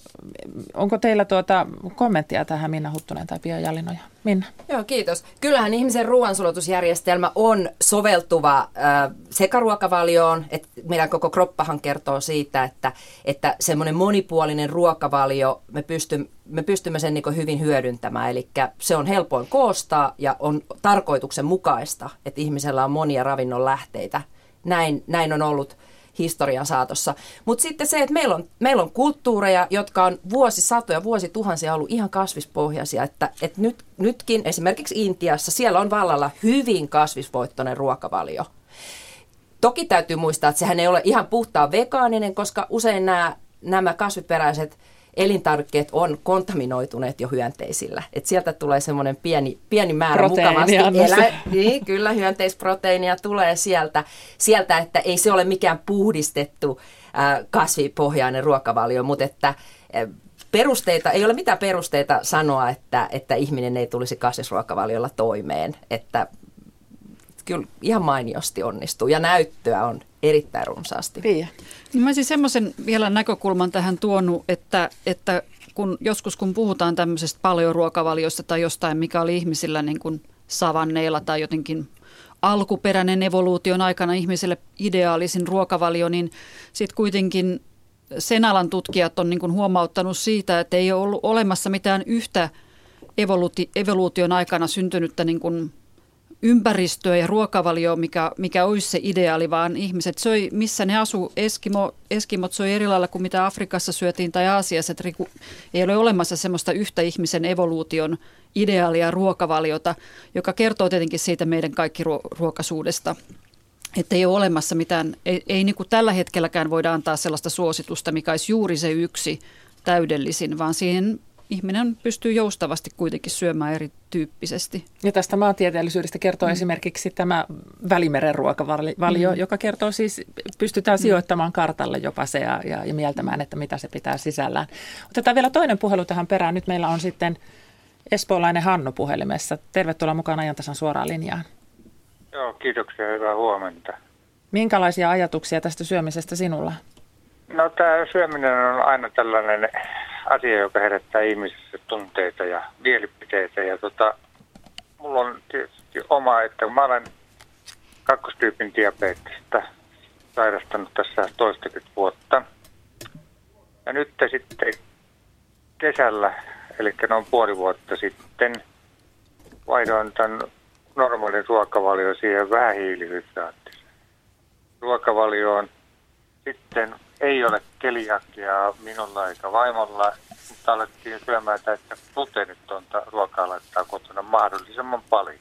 onko teillä tuota kommenttia tähän, Minna Huttunen tai Pia Jalinoja? Minna. Joo, kiitos. Kyllähän ihmisen ruoansulatusjärjestelmä on soveltuva äh, sekaruokavalioon. Et meidän koko kroppahan kertoo siitä, että, että semmoinen monipuolinen ruokavalio, me, pysty, me pystymme sen niin hyvin hyödyntämään. Eli se on helpoin koostaa ja on tarkoituksenmukaista, että ihmisellä on monia ravinnon lähteitä. Näin, näin on ollut historian saatossa. Mutta sitten se, että meillä on, meillä on kulttuureja, jotka on vuosisatoja, vuosituhansia ollut ihan kasvispohjaisia, että, että nyt, nytkin esimerkiksi Intiassa siellä on vallalla hyvin kasvisvoittoinen ruokavalio. Toki täytyy muistaa, että sehän ei ole ihan puhtaan vegaaninen, koska usein nämä, nämä kasviperäiset elintarvikkeet on kontaminoituneet jo hyönteisillä. Et sieltä tulee semmoinen pieni, pieni määrä mukavasti elä, niin, kyllä hyönteisproteiinia tulee sieltä, sieltä, että ei se ole mikään puhdistettu äh, kasvipohjainen ruokavalio, mutta että äh, perusteita, ei ole mitään perusteita sanoa, että, että ihminen ei tulisi kasvisruokavaliolla toimeen, että kyllä ihan mainiosti onnistuu ja näyttöä on erittäin runsaasti. Pia. Niin mä olisin semmoisen vielä näkökulman tähän tuonut, että, että kun joskus kun puhutaan tämmöisestä paleo-ruokavaliosta tai jostain, mikä oli ihmisillä niin kuin savanneilla tai jotenkin alkuperäinen evoluution aikana ihmiselle ideaalisin ruokavalio, niin sitten kuitenkin sen alan tutkijat on niin kuin huomauttanut siitä, että ei ole ollut olemassa mitään yhtä evoluuti, evoluution aikana syntynyttä niin kuin ympäristöä ja ruokavalio, mikä, mikä olisi se ideaali, vaan ihmiset söi, missä ne asuu. Eskimo, eskimot söi eri lailla kuin mitä Afrikassa syötiin tai Aasiassa. Että ei ole olemassa semmoista yhtä ihmisen evoluution ideaalia ruokavaliota, joka kertoo tietenkin siitä meidän kaikki ruokaisuudesta. Että ei ole olemassa mitään, ei, ei niin kuin tällä hetkelläkään voida antaa sellaista suositusta, mikä olisi juuri se yksi täydellisin, vaan siihen ihminen pystyy joustavasti kuitenkin syömään erityyppisesti. Ja tästä maantieteellisyydestä kertoo mm. esimerkiksi tämä Välimeren ruokavalio, mm. joka kertoo siis, pystytään sijoittamaan kartalle jopa se ja, ja, ja mieltämään, että mitä se pitää sisällään. Otetaan vielä toinen puhelu tähän perään. Nyt meillä on sitten espoolainen Hannu puhelimessa. Tervetuloa mukaan Ajantasan suoraan linjaan. Joo, kiitoksia. Hyvää huomenta. Minkälaisia ajatuksia tästä syömisestä sinulla? No tämä syöminen on aina tällainen asia, joka herättää ihmisissä tunteita ja mielipiteitä. Ja tota, mulla on tietysti oma, että mä olen kakkostyypin diabeettista sairastanut tässä toistakymmentä vuotta. Ja nyt sitten kesällä, eli noin puoli vuotta sitten, vaihdoin tämän normaalin ruokavalioon siihen vähähiilihydraattiseen ruokavalioon. Sitten ei ole keliakiaa minulla eikä vaimolla, mutta alettiin syömään tästä gluteenittonta ruokaa laittaa kotona mahdollisimman paljon.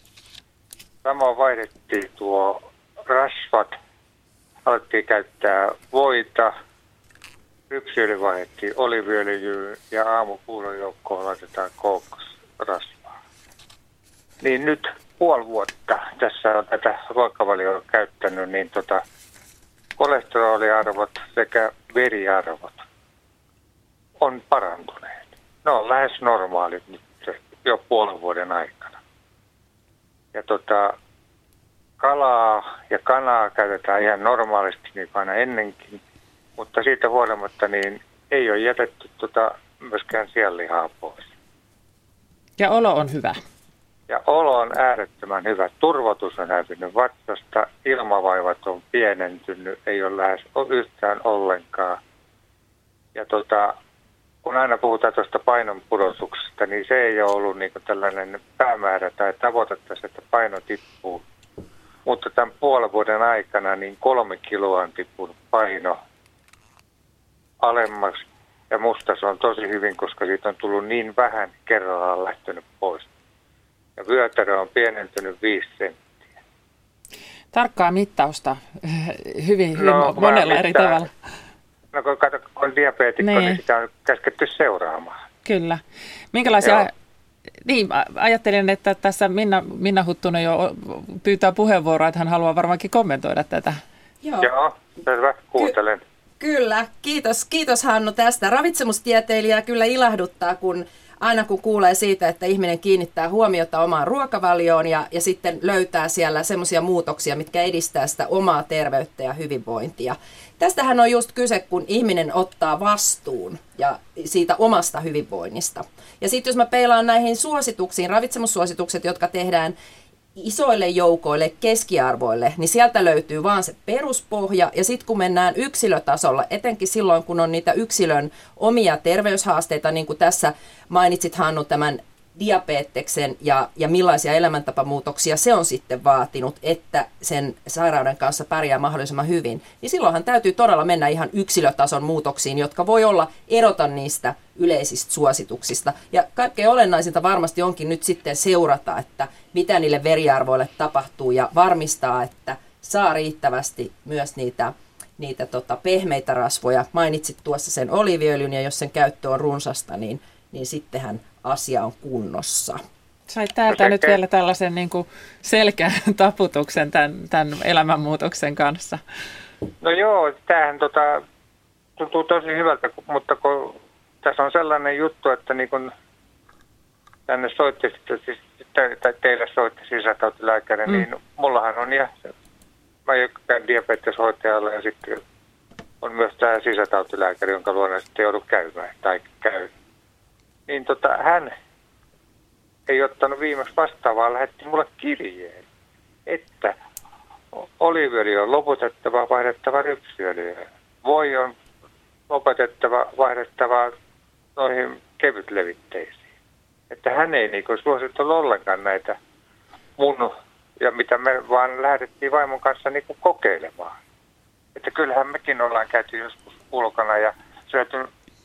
Samoin vaihdettiin tuo rasvat, alettiin käyttää voita, rypsiöljy vaihdettiin oliiviöljyyn ja aamupuuron joukkoon laitetaan kookosrasvaa. Niin nyt puoli vuotta tässä on tätä ruokavalioa käyttänyt, niin tota kolesteroliarvot sekä veriarvot on parantuneet. Ne on lähes normaalit nyt jo puolen vuoden aikana. Ja tota, kalaa ja kanaa käytetään ihan normaalisti niin kuin aina ennenkin, mutta siitä huolimatta niin ei ole jätetty tota myöskään sianlihaa pois. Ja olo on hyvä. Ja olo on äärettömän hyvä. Turvotus on hävinnyt vatsasta, ilmavaivat on pienentynyt, ei ole lähes yhtään ollenkaan. Ja tota, kun aina puhutaan tuosta painon pudotuksesta, niin se ei ole ollut niin kuin tällainen päämäärä tai tavoite tässä, että paino tippuu, mutta tämän puolen vuoden aikana niin kolme kiloa on tippunut paino alemmaksi. Ja musta se on tosi hyvin, koska siitä on tullut niin vähän kerrallaan lähtenyt pois. Ja vyötärö on pienentynyt viisi senttiä. Tarkkaa mittausta hyvin, hyvin no, monella eri tavalla. No kun kato, kun on diabeetikko, niin. niin sitä on käsketty seuraamaan. Kyllä. Minkälaisia... Joo. Niin, ajattelin, että tässä Minna, Minna Huttunen jo pyytää puheenvuoroa, että hän haluaa varmaankin kommentoida tätä. Joo, Joo selvä, kuuntelen. Ky- kyllä, kiitos, kiitos Hannu tästä. Ravitsemustieteilijää kyllä ilahduttaa, kun aina kun kuulee siitä, että ihminen kiinnittää huomiota omaan ruokavalioon ja, ja sitten löytää siellä semmoisia muutoksia, mitkä edistää sitä omaa terveyttä ja hyvinvointia. Tästähän on just kyse, kun ihminen ottaa vastuun ja siitä omasta hyvinvoinnista. Ja sitten jos mä peilaan näihin suosituksiin, ravitsemussuositukset, jotka tehdään isoille joukoille, keskiarvoille, niin sieltä löytyy vaan se peruspohja. Ja sitten kun mennään yksilötasolla, etenkin silloin, kun on niitä yksilön omia terveyshaasteita, niin kuin tässä mainitsit Hannu tämän diabeteksen ja, ja millaisia elämäntapamuutoksia se on sitten vaatinut, että sen sairauden kanssa pärjää mahdollisimman hyvin, niin silloinhan täytyy todella mennä ihan yksilötason muutoksiin, jotka voi olla erota niistä yleisistä suosituksista. Ja kaikkein olennaisinta varmasti onkin nyt sitten seurata, että mitä niille veriarvoille tapahtuu ja varmistaa, että saa riittävästi myös niitä, niitä tota pehmeitä rasvoja. Mainitsit tuossa sen oliiviöljyn ja jos sen käyttö on runsasta, niin, niin sittenhän asia on kunnossa. Sait täältä nyt vielä tällaisen niin kuin selkeän taputuksen tämän, tämän elämänmuutoksen kanssa. No joo, tämähän tota, tuntuu tosi hyvältä, mutta kun tässä on sellainen juttu, että niin kun tänne soitti, siis, tai teille soitti sisätautilääkäri, mm. niin mullahan on ja mä käyn diabeteshoitajalla ja sitten on myös tämä sisätautilääkäri, jonka luona sitten joudun käymään tai käy. Niin tota, hän ei ottanut viimeksi vastaan, vaan lähetti mulle kirjeen, että oliiviöljy on lopetettava, vaihdettava rypsiöljyä. Voi on lopetettava, vaihdettava noihin kevytlevitteisiin. Että hän ei niinku suositella ollenkaan näitä mun, ja mitä me vaan lähdettiin vaimon kanssa niinku kokeilemaan. Että kyllähän mekin ollaan käyty joskus ulkona ja syöty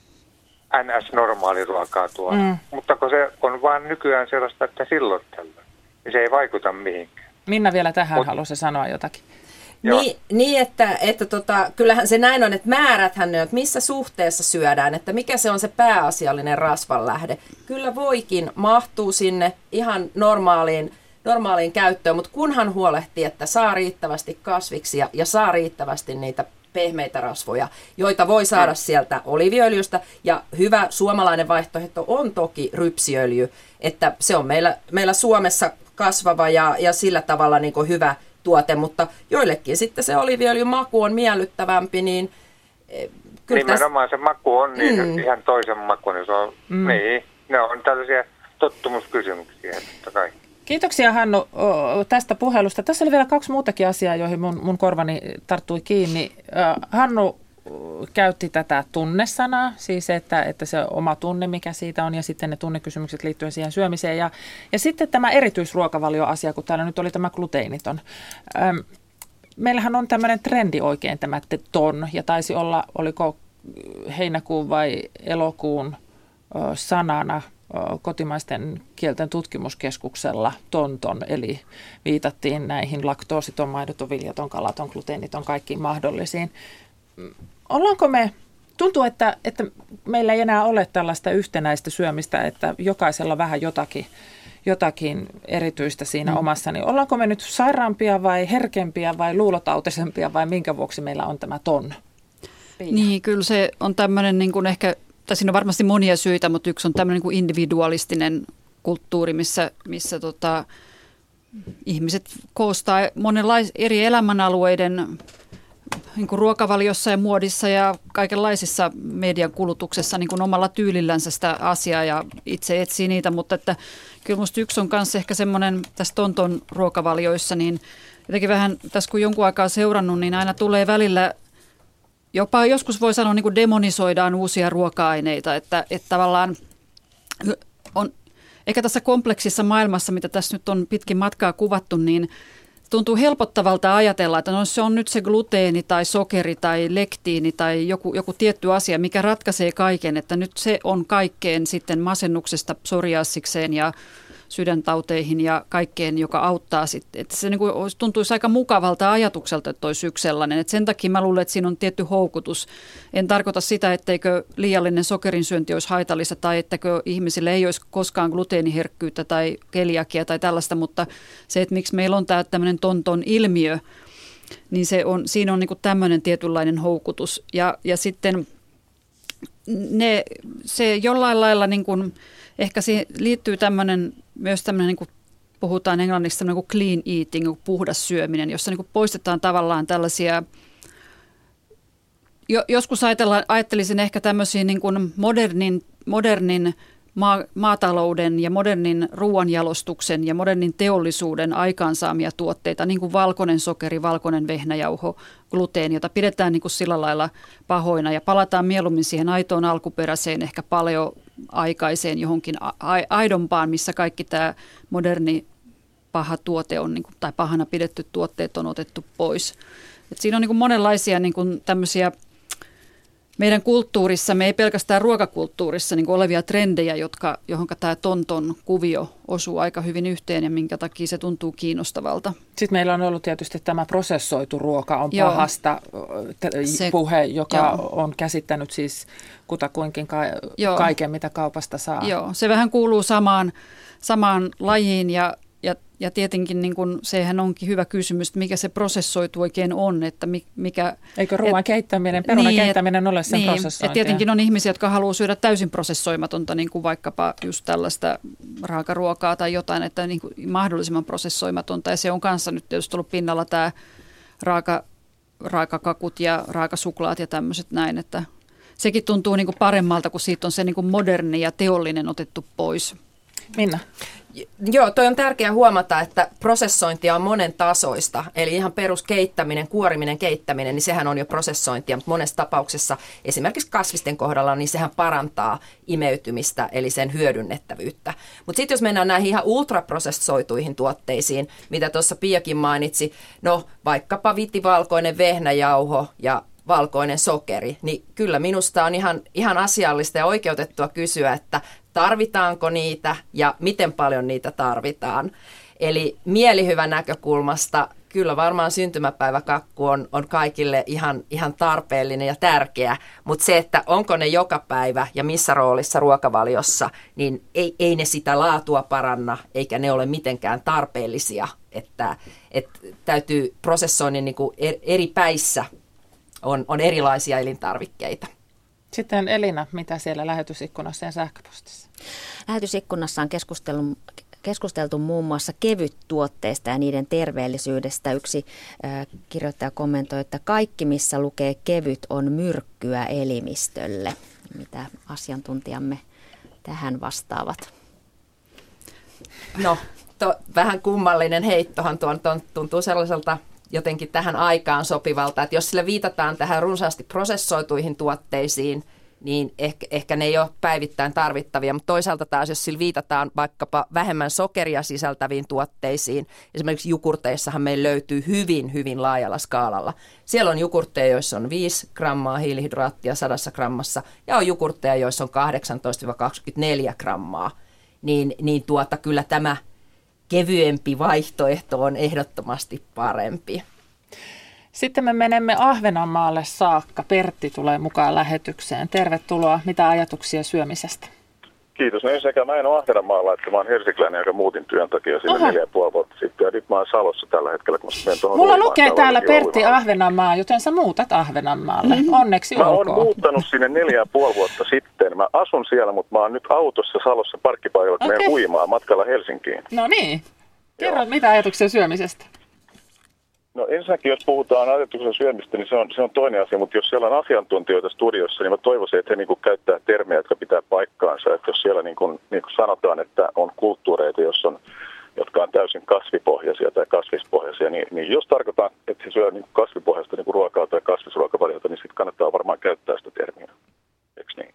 N S-normaaliruokaa tuolla. Mm. Mutta kun se on vaan nykyään sellaista, että silloin tällöin, niin se ei vaikuta mihinkään. Minna vielä tähän Mut, halusi sanoa jotakin. Niin, niin, että, että tota, kyllähän se näin on, että määräthän ne on, että missä suhteessa syödään, että mikä se on se pääasiallinen rasvanlähde. Kyllä voikin mahtuu sinne ihan normaaliin, normaaliin käyttöön, mutta kunhan huolehtii, että saa riittävästi kasviksia ja saa riittävästi niitä pehmeitä rasvoja, joita voi saada sieltä oliiviöljystä. Ja hyvä suomalainen vaihtoehto on toki rypsiöljy, että se on meillä, meillä Suomessa kasvava ja, ja sillä tavalla niin kuin hyvä tuote, mutta joillekin sitten se oliiviöljyn maku on miellyttävämpi, niin kyllä nimenomaan täs... se maku on niin mm. ihan toisen maku, niin se on, mm. niin, ne on tällaisia tottumuskysymyksiä, totta kai. Kiitoksia Hannu tästä puhelusta. Tässä oli vielä kaksi muutakin asiaa, joihin mun, mun korvani tarttui kiinni. Hannu käytti tätä tunnesanaa, siis että, että se oma tunne, mikä siitä on, ja sitten ne tunnekysymykset liittyen siihen syömiseen. Ja, ja sitten tämä erityisruokavalioasia, kun täällä nyt oli tämä gluteeniton. Meillähän on tämmöinen trendi oikein tämä ton, ja taisi olla, oliko heinäkuun vai elokuun sanana kotimaisten kielten tutkimuskeskuksella tonton, eli viitattiin näihin laktoositon, maidoton, viljaton, kalaton, gluteeniton, kaikkiin mahdollisiin. Ollaanko me, tuntuu, että, että meillä ei enää ole tällaista yhtenäistä syömistä, että jokaisella vähän jotakin, jotakin erityistä siinä mm. omassa, niin ollaanko me nyt sairaampia vai herkempiä vai luulotautisempia vai minkä vuoksi meillä on tämä ton? Pia. Niin, kyllä se on tämmöinen niin kuin ehkä, tai siinä on varmasti monia syitä, mutta yksi on tämmöinen niin kuin individualistinen kulttuuri, missä, missä tota, ihmiset koostaa monenlaisia eri elämänalueiden niin kuin ruokavaliossa ja muodissa ja kaikenlaisissa median kulutuksessa niin kuin omalla tyylillänsä sitä asiaa ja itse etsii niitä, mutta että kyllä musta yksi on myös ehkä semmoinen tässä tonton ruokavalioissa, niin jotenkin vähän tässä kun jonkun aikaa seurannut, niin aina tulee välillä jopa joskus voi sanoa niin kuin demonisoidaan uusia ruoka-aineita, että, että tavallaan on ehkä tässä kompleksissa maailmassa, mitä tässä nyt on pitkin matkaa kuvattu, niin tuntuu helpottavalta ajatella, että no se on nyt se gluteeni tai sokeri tai lektiini tai joku, joku tietty asia, mikä ratkaisee kaiken, että nyt se on kaikkeen sitten masennuksesta psoriasikseen ja sydäntauteihin ja kaikkeen, joka auttaa sitten. Että se niin kuin tuntuisi aika mukavalta ajatukselta, että olisi yksi sellainen. Että sen takia mä luulen, että siinä on tietty houkutus. En tarkoita sitä, etteikö liiallinen sokerinsyönti olisi haitallista tai etteikö ihmisille ei olisi koskaan gluteeniherkkyyttä tai keliakia tai tällaista, mutta se, että miksi meillä on tämä tämmöinen tonton ilmiö, niin se on, siinä on niin kuin tämmöinen tietynlainen houkutus. Ja, ja sitten ne, se jollain lailla niin kuin, ehkä siihen liittyy tämmöinen, myös tämmöinen, niin kuin puhutaan englanniksi, tämmöinen kuin clean eating, kuin puhdas syöminen, jossa niin kuin poistetaan tavallaan tällaisia, jo, joskus ajatellaan, ajattelisin ehkä tämmöisiä niin kuin modernin, modernin maa, maatalouden ja modernin ruoanjalostuksen ja modernin teollisuuden aikaansaamia tuotteita, niin kuin valkoinen sokeri, valkoinen vehnäjauho, gluteeni, jota pidetään niin kuin sillä lailla pahoina ja palataan mieluummin siihen aitoon alkuperäiseen, ehkä paljon aikaiseen johonkin aidompaan, missä kaikki tämä moderni paha tuote on, niin kuin, tai pahana pidetty tuotteet on otettu pois. Et siinä on niin kuin monenlaisia niin kuin tämmöisiä meidän kulttuurissamme, ei pelkästään ruokakulttuurissa, niin kuin olevia trendejä, jotka, johon tämä tonton kuvio osuu aika hyvin yhteen ja minkä takia se tuntuu kiinnostavalta. Sitten meillä on ollut tietysti tämä prosessoitu ruoka on Joo. pahasta se, puhe, joka joo. on käsittänyt siis kutakuinkin ka- kaiken, mitä kaupasta saa. Joo, se vähän kuuluu samaan, samaan lajiin ja Ja, ja tietenkin niin kun, sehän onkin hyvä kysymys, että mikä se prosessoitu oikein on. Että mikä, Eikö ruoan et, keittäminen, perunan niin, keittäminen ole sen niin, prosessointia? Tietenkin on ihmisiä, jotka haluaa syödä täysin prosessoimatonta, niin kuin vaikkapa just tällaista raakaruokaa tai jotain, että niin kuin mahdollisimman prosessoimatonta. Ja se on kanssa nyt tietysti ollut pinnalla tämä raaka, raakakakut ja raakasuklaat ja tämmöiset näin, että sekin tuntuu niin kuin paremmalta, kun siitä on se niin kuin moderni ja teollinen otettu pois. Minna? Joo, toi on tärkeää huomata, että prosessointia on monen tasoista, eli ihan peruskeittäminen, kuoriminen, keittäminen, niin sehän on jo prosessointia, mutta monessa tapauksessa esimerkiksi kasvisten kohdalla, niin sehän parantaa imeytymistä, eli sen hyödynnettävyyttä. Mutta sitten jos mennään näihin ihan ultraprosessoituihin tuotteisiin, mitä tuossa Piakin mainitsi, no vaikkapa vitivalkoinen vehnäjauho ja valkoinen sokeri, niin kyllä minusta on ihan, ihan asiallista ja oikeutettua kysyä, että tarvitaanko niitä ja miten paljon niitä tarvitaan. Eli mielihyvän näkökulmasta kyllä varmaan syntymäpäiväkakku on, on kaikille ihan, ihan tarpeellinen ja tärkeä, mutta se, että onko ne joka päivä ja missä roolissa ruokavaliossa, niin ei, ei ne sitä laatua paranna eikä ne ole mitenkään tarpeellisia, että, että täytyy prosessoinnin niin kuin eri päissä on, on erilaisia elintarvikkeita. Sitten Elina, mitä siellä lähetysikkunassa ja sähköpostissa? Lähetysikkunassa on keskusteltu, keskusteltu muun muassa kevyttuotteista ja niiden terveellisyydestä. Yksi äh, kirjoittaja kommentoi, että kaikki missä lukee kevyt on myrkkyä elimistölle. Mitä asiantuntijamme tähän vastaavat? No, to, vähän kummallinen heittohan tuon, tuon tuntuu sellaiselta jotenkin tähän aikaan sopivalta, että jos sille viitataan tähän runsaasti prosessoituihin tuotteisiin, niin ehkä, ehkä ne ei ole päivittäin tarvittavia, mutta toisaalta taas, jos sillä viitataan vaikkapa vähemmän sokeria sisältäviin tuotteisiin, esimerkiksi jukurteissahan meillä löytyy hyvin, hyvin laajalla skaalalla. Siellä on jukurtteja, joissa on viisi grammaa hiilihydraattia sadassa grammassa, ja on jukurtteja, joissa on kahdeksantoista kaksikymmentäneljä grammaa, niin, niin tuota, kyllä tämä kevyempi vaihtoehto on ehdottomasti parempi. Sitten me menemme Ahvenanmaalle saakka. Pertti tulee mukaan lähetykseen. Tervetuloa. Mitä ajatuksia syömisestä? Kiitos. No ensinnäkin mä en ole Ahvenanmaalla, että mä oon helsinkiläinen, joka muutin työn takia sinne neljä ja puoli vuotta sitten. Ja nyt mä oon Salossa tällä hetkellä, kun mä menen tuohon. Mulla lukee täällä Pertti Ahvenanmaa, joten sä muutat Ahvenanmaalle. Mm-hmm. Onneksi mä olkoon. Mä oon muuttanut sinne neljä ja puoli vuotta sitten. Mä asun siellä, mutta mä oon nyt autossa Salossa parkkipaikalla, kun okay. menen uimaan matkalla Helsinkiin. No niin. Kerro, mitä ajatuksia syömisestä? No ensinnäkin, jos puhutaan ajatuksen syömistä, niin se on, se on toinen asia, mutta jos siellä on asiantuntijoita studiossa, niin mä toivoisin, että he niin kuin käyttää termejä, jotka pitää paikkaansa. Että jos siellä niin kuin, niin kuin sanotaan, että on kulttuureita, jos on, jotka on täysin kasvipohjaisia tai kasvispohjaisia, niin, niin jos tarkoitaan, että he syö niin kuin kasvipohjaista niin kuin ruokaa tai kasvisruokavaliota, niin sitten kannattaa varmaan käyttää sitä termiä. Eikö niin?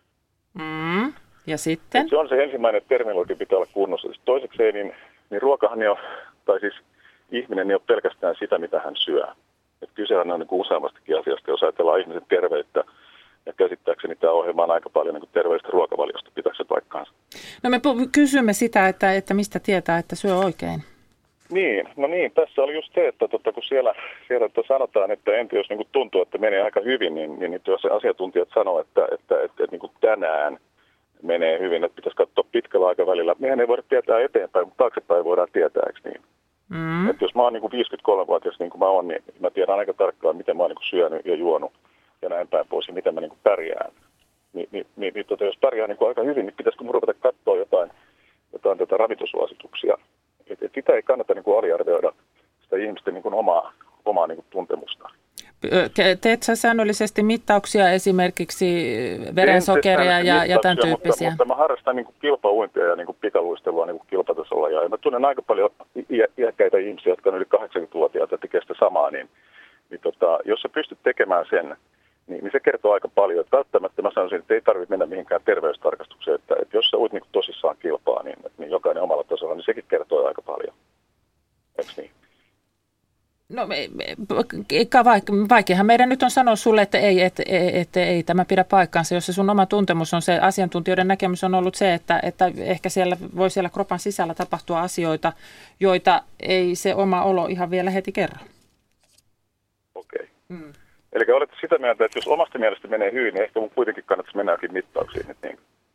Mm. Ja sitten? Se on se ensimmäinen, että terminologia pitää olla kunnossa. Toisekseen, niin, niin ruokahan jo, tai siis ihminen ei ole pelkästään sitä, mitä hän syö. Et kysehän on niin kuin useammastakin asiasta, jos ajatellaan ihmisen terveyttä. Ja käsittääkseni tämä ohjelma on aika paljon niin kuin terveellisestä ruokavaliosta. Pitääkö se paikkaansa? No me kysymme sitä, että, että mistä tietää, että syö oikein. Niin, no niin, tässä oli just se, että totta, kun siellä, siellä että sanotaan, että entä jos niin kuin tuntuu, että menee aika hyvin, niin, niin jos asiantuntijat sanoo, että, että, että, että niin kuin tänään menee hyvin, että pitäisi katsoa pitkällä aikavälillä. Mehän ei voida tietää eteenpäin, mutta taaksepäin voidaan tietää, eikö niin? Mm. Että jos mä oon niin kuin viisikymmentäkolmevuotias, niin kuin mä oon, niin mä tiedän aika tarkkaan, miten mä oon niin kuin syönyt ja juonut ja näin päin pois, ja miten mä niin kuin pärjään. Ni, niin, niin, niin tota, jos pärjää niin kuin aika hyvin, niin pitäisikö mun ruveta katsoa jotain, jotain tätä ravintosuosituksia. Että et sitä ei kannata niin kuin aliarvioida sitä ihmisten niin kuin omaa, omaa niin kuin tuntemusta. Teet sä säännöllisesti mittauksia esimerkiksi verensokeria ja, ja tämän tyyppisiä? Mutta, mutta mä harrastan niin kuin kilpauintia ja niin kuin pikaluistelua niin kuin kilpatasolla. Ja mä tunnen aika paljon iäkkäitä ihmisiä, jotka on yli kahdeksankymmentävuotiaita ja tekee sitä samaa. Niin, niin tota, jos sä pystyt tekemään sen, niin, niin se kertoo aika paljon. Että välttämättä mä sanoisin, että ei tarvitse mennä mihinkään terveystarkastukseen. Että, että jos sä uit niin kuin tosissaan kilpaa, niin, niin jokainen omalla tasolla, niin sekin kertoo aika paljon. Eikö niin? No vaikeahan meidän nyt on sanoa sulle, että ei, että, että ei tämä pidä paikkaansa, jos se sun oma tuntemus on se, asiantuntijoiden näkemys on ollut se, että, että ehkä siellä voi siellä kropan sisällä tapahtua asioita, joita ei se oma olo ihan vielä heti kerro. Okei. Okay. Hmm. Eli olette sitä mieltä, että jos omasta mielestä menee hyvin, niin ehkä mun kuitenkin kannattaisi mennäkin mittauksiin. Niin.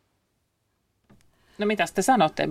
No mitä te sanotte?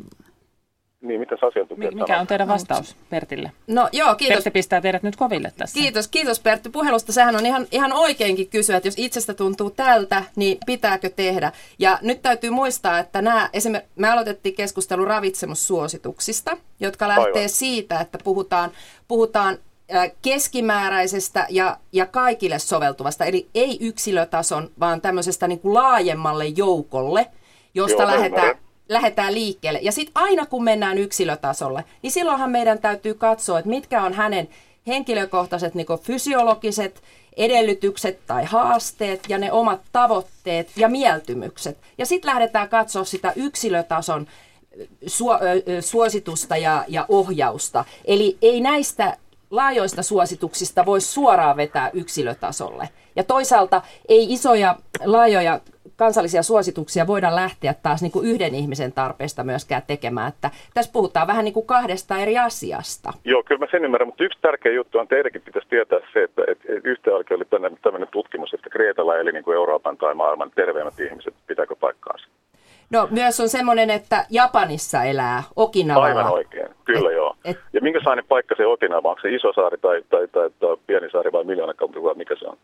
Niin, mitä asiantuntijat Mikä on teidän vastaus Pertille? No joo, kiitos. Pertti pistää teidät nyt koville tässä. Kiitos, kiitos Pertti puhelusta. Sehän on ihan, ihan oikeinkin kysyä, että jos itsestä tuntuu tältä, niin pitääkö tehdä? Ja nyt täytyy muistaa, että nämä, esimerkiksi me aloitettiin keskustelu ravitsemussuosituksista, jotka lähtee Aivan. siitä, että puhutaan, puhutaan keskimääräisestä ja, ja kaikille soveltuvasta, eli ei yksilötason, vaan tämmöisestä niin kuin laajemmalle joukolle, josta Joo, lähdetään... lähdetään liikkeelle. Ja sitten aina kun mennään yksilötasolle, niin silloinhan meidän täytyy katsoa, että mitkä on hänen henkilökohtaiset niin kuin fysiologiset edellytykset tai haasteet ja ne omat tavoitteet ja mieltymykset. Ja sitten lähdetään katsoa sitä yksilötason su- suositusta ja, ja ohjausta. Eli ei näistä laajoista suosituksista voi suoraan vetää yksilötasolle. Ja toisaalta ei isoja, laajoja kansallisia suosituksia voida lähteä taas niin kuin yhden ihmisen tarpeesta myöskään tekemään. Että tässä puhutaan vähän niin kuin kahdesta eri asiasta. Joo, kyllä mä sen ymmärrän, mutta yksi tärkeä juttu on, teidänkin pitäisi tietää se, että, että yhtä aikaa oli tämmöinen tutkimus, että Kreetalla eli niin kuin Euroopan tai maailman terveimmät ihmiset, pitääkö paikkaansa? No myös on semmoinen, että Japanissa elää Okinawalla. Aivan oikein, kyllä et, joo. Et, ja minkälainen paikka se Okinawa, onko se iso saari tai, tai, tai, tai pieni saari vai miljoonakaupunki vai mikä se on?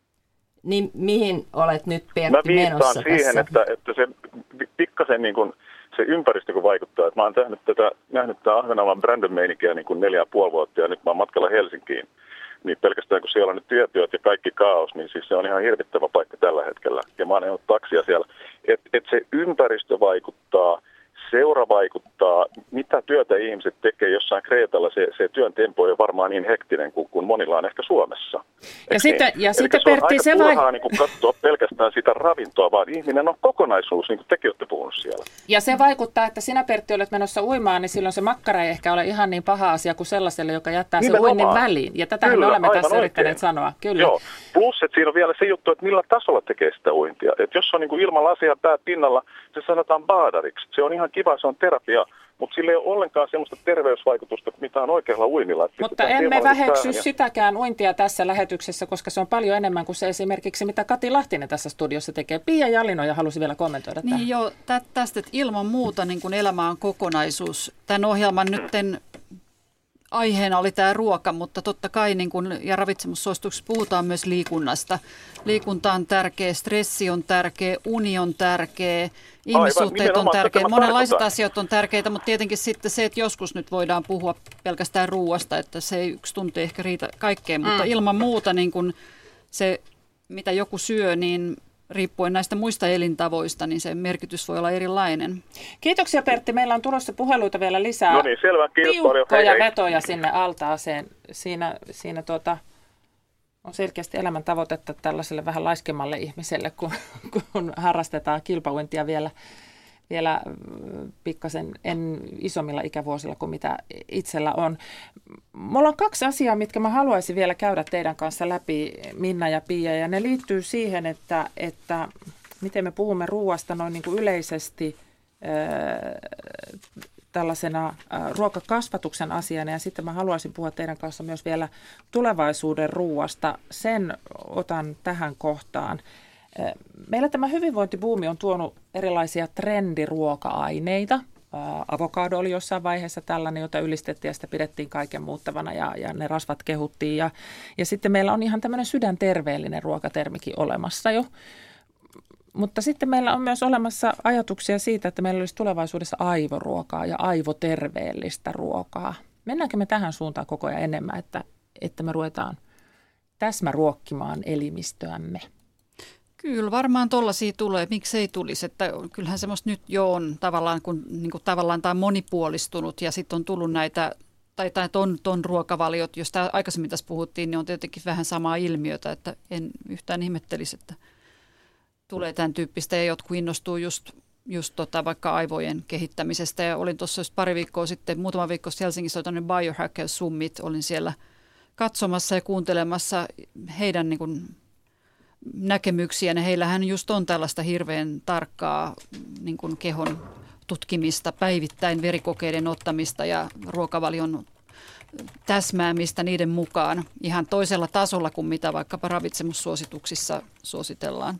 Niin mihin olet nyt Pertti menossa tässä? Mä viittaan siihen, että, että se pikkasen niin kuin se ympäristö kun vaikuttaa. Että mä oon nähnyt tätä, nähnyt tätä Ahvenanmaan Brandon-meininkiä niin kuin neljä ja puoli vuotta ja nyt mä oon matkalla Helsinkiin. Niin pelkästään kun siellä on nyt työtyöt ja kaikki kaos, niin siis se on ihan hirvittävä paikka tällä hetkellä. Ja mä oon ajanut taksia siellä. Että et se ympäristö vaikuttaa, seura vaikuttaa, mitä työtä ihmiset tekee jossain Kreetalla, se, se työn tempo ei ole varmaan niin hektinen kuin, kuin monilla on ehkä Suomessa. Ja sitten, niin? ja sitten se on Pertti, aika se turhaa vai... niin kuin katsoa pelkästään sitä ravintoa, vaan ihminen on kokonaisuus, niin kuin tekin olette puhunut siellä. Ja se vaikuttaa, että sinä Pertti olet menossa uimaan, niin silloin se makkara ei ehkä ole ihan niin paha asia kuin sellaiselle, joka jättää sen uinnin väliin. Ja tätä me olemme tässä oikein yrittäneet sanoa. Kyllä. Joo. Plus, että siinä on vielä se juttu, että millä tasolla tekee sitä uintia. Että jos on niin kuin ilman lasia pää pinnalla, se sanotaan baadariksi. Se on ihan kiva, se on terapia. Mutta sillä ei ole ollenkaan sellaista terveysvaikutusta, mitä on oikealla uinnilla. Mutta emme väheksy ja... sitäkään uintia tässä lähetyksessä, koska se on paljon enemmän kuin se esimerkiksi, mitä Kati Lahtinen tässä studiossa tekee. Pia Jalinoja halusi vielä kommentoida tähän. Niin joo, tä- tästä että ilman muuta niin kun elämä on kokonaisuus. Tämän ohjelman nytten aiheena oli tämä ruoka, mutta totta kai niin kun, ja ravitsemussuosituksessa puhutaan myös liikunnasta. Liikunta on tärkeä, stressi on tärkeä, uni on tärkeä, ihmissuhteet on tärkeitä, monenlaiset asiat on tärkeitä, mutta tietenkin sitten se, että joskus nyt voidaan puhua pelkästään ruoasta, että se ei yksi tunti ehkä riitä kaikkeen, mutta mm. ilman muuta niin kun se, mitä joku syö, niin riippuen näistä muista elintavoista, niin se merkitys voi olla erilainen. Kiitoksia Pertti. Meillä on tulossa puheluita vielä lisää. No niin, selvä. Kiitos paljon. Tiukkoja vetoja sinne altaaseen. Siinä, siinä tuota, on selkeästi elämäntavoitetta tällaiselle vähän laiskemmalle ihmiselle, kun, kun harrastetaan kilpauintia vielä, vielä pikkasen en isommilla ikävuosilla kuin mitä itsellä on. Mulla on kaksi asiaa, mitkä mä haluaisin vielä käydä teidän kanssa läpi, Minna ja Pia, ja ne liittyy siihen, että, että miten me puhumme ruoasta noin niin kuin yleisesti tällaisena ruokakasvatuksen asiana, ja sitten mä haluaisin puhua teidän kanssa myös vielä tulevaisuuden ruoasta. Sen otan tähän kohtaan. Meillä tämä hyvinvointibuumi on tuonut erilaisia trendiruoka-aineita. Avokado oli jossain vaiheessa tällainen, jota ylistettiin ja sitä pidettiin kaiken muuttavana ja, ja ne rasvat kehuttiin. Ja, ja sitten meillä on ihan tämmöinen sydänterveellinen ruokatermikin olemassa jo. Mutta sitten meillä on myös olemassa ajatuksia siitä, että meillä olisi tulevaisuudessa aivoruokaa ja aivoterveellistä ruokaa. Mennäänkö me tähän suuntaan koko ajan enemmän, että, että me ruvetaan täsmäruokkimaan elimistöämme? Kyllä varmaan tollaisia tulee, miksei tulisi, että kyllähän semmoista nyt jo on tavallaan, kun niin kuin tavallaan tämä on monipuolistunut ja sitten on tullut näitä, tai, tai ton, ton ruokavaliot, josta aikaisemmin tässä puhuttiin, niin on tietenkin vähän samaa ilmiötä, että en yhtään ihmettelisi, että tulee tämän tyyppistä ja jotkut innostuu just, just tota, vaikka aivojen kehittämisestä ja olin tuossa just pari viikkoa sitten, muutama viikko sitten Helsingissä oli tämmöinen Biohacker Summit, olin siellä katsomassa ja kuuntelemassa heidän niin kuin näkemyksiä, ja heillähän just on tällaista hirveän tarkkaa niin kuin kehon tutkimista, päivittäin verikokeiden ottamista ja ruokavalion täsmäämistä niiden mukaan ihan toisella tasolla kuin mitä vaikkapa ravitsemussuosituksissa suositellaan.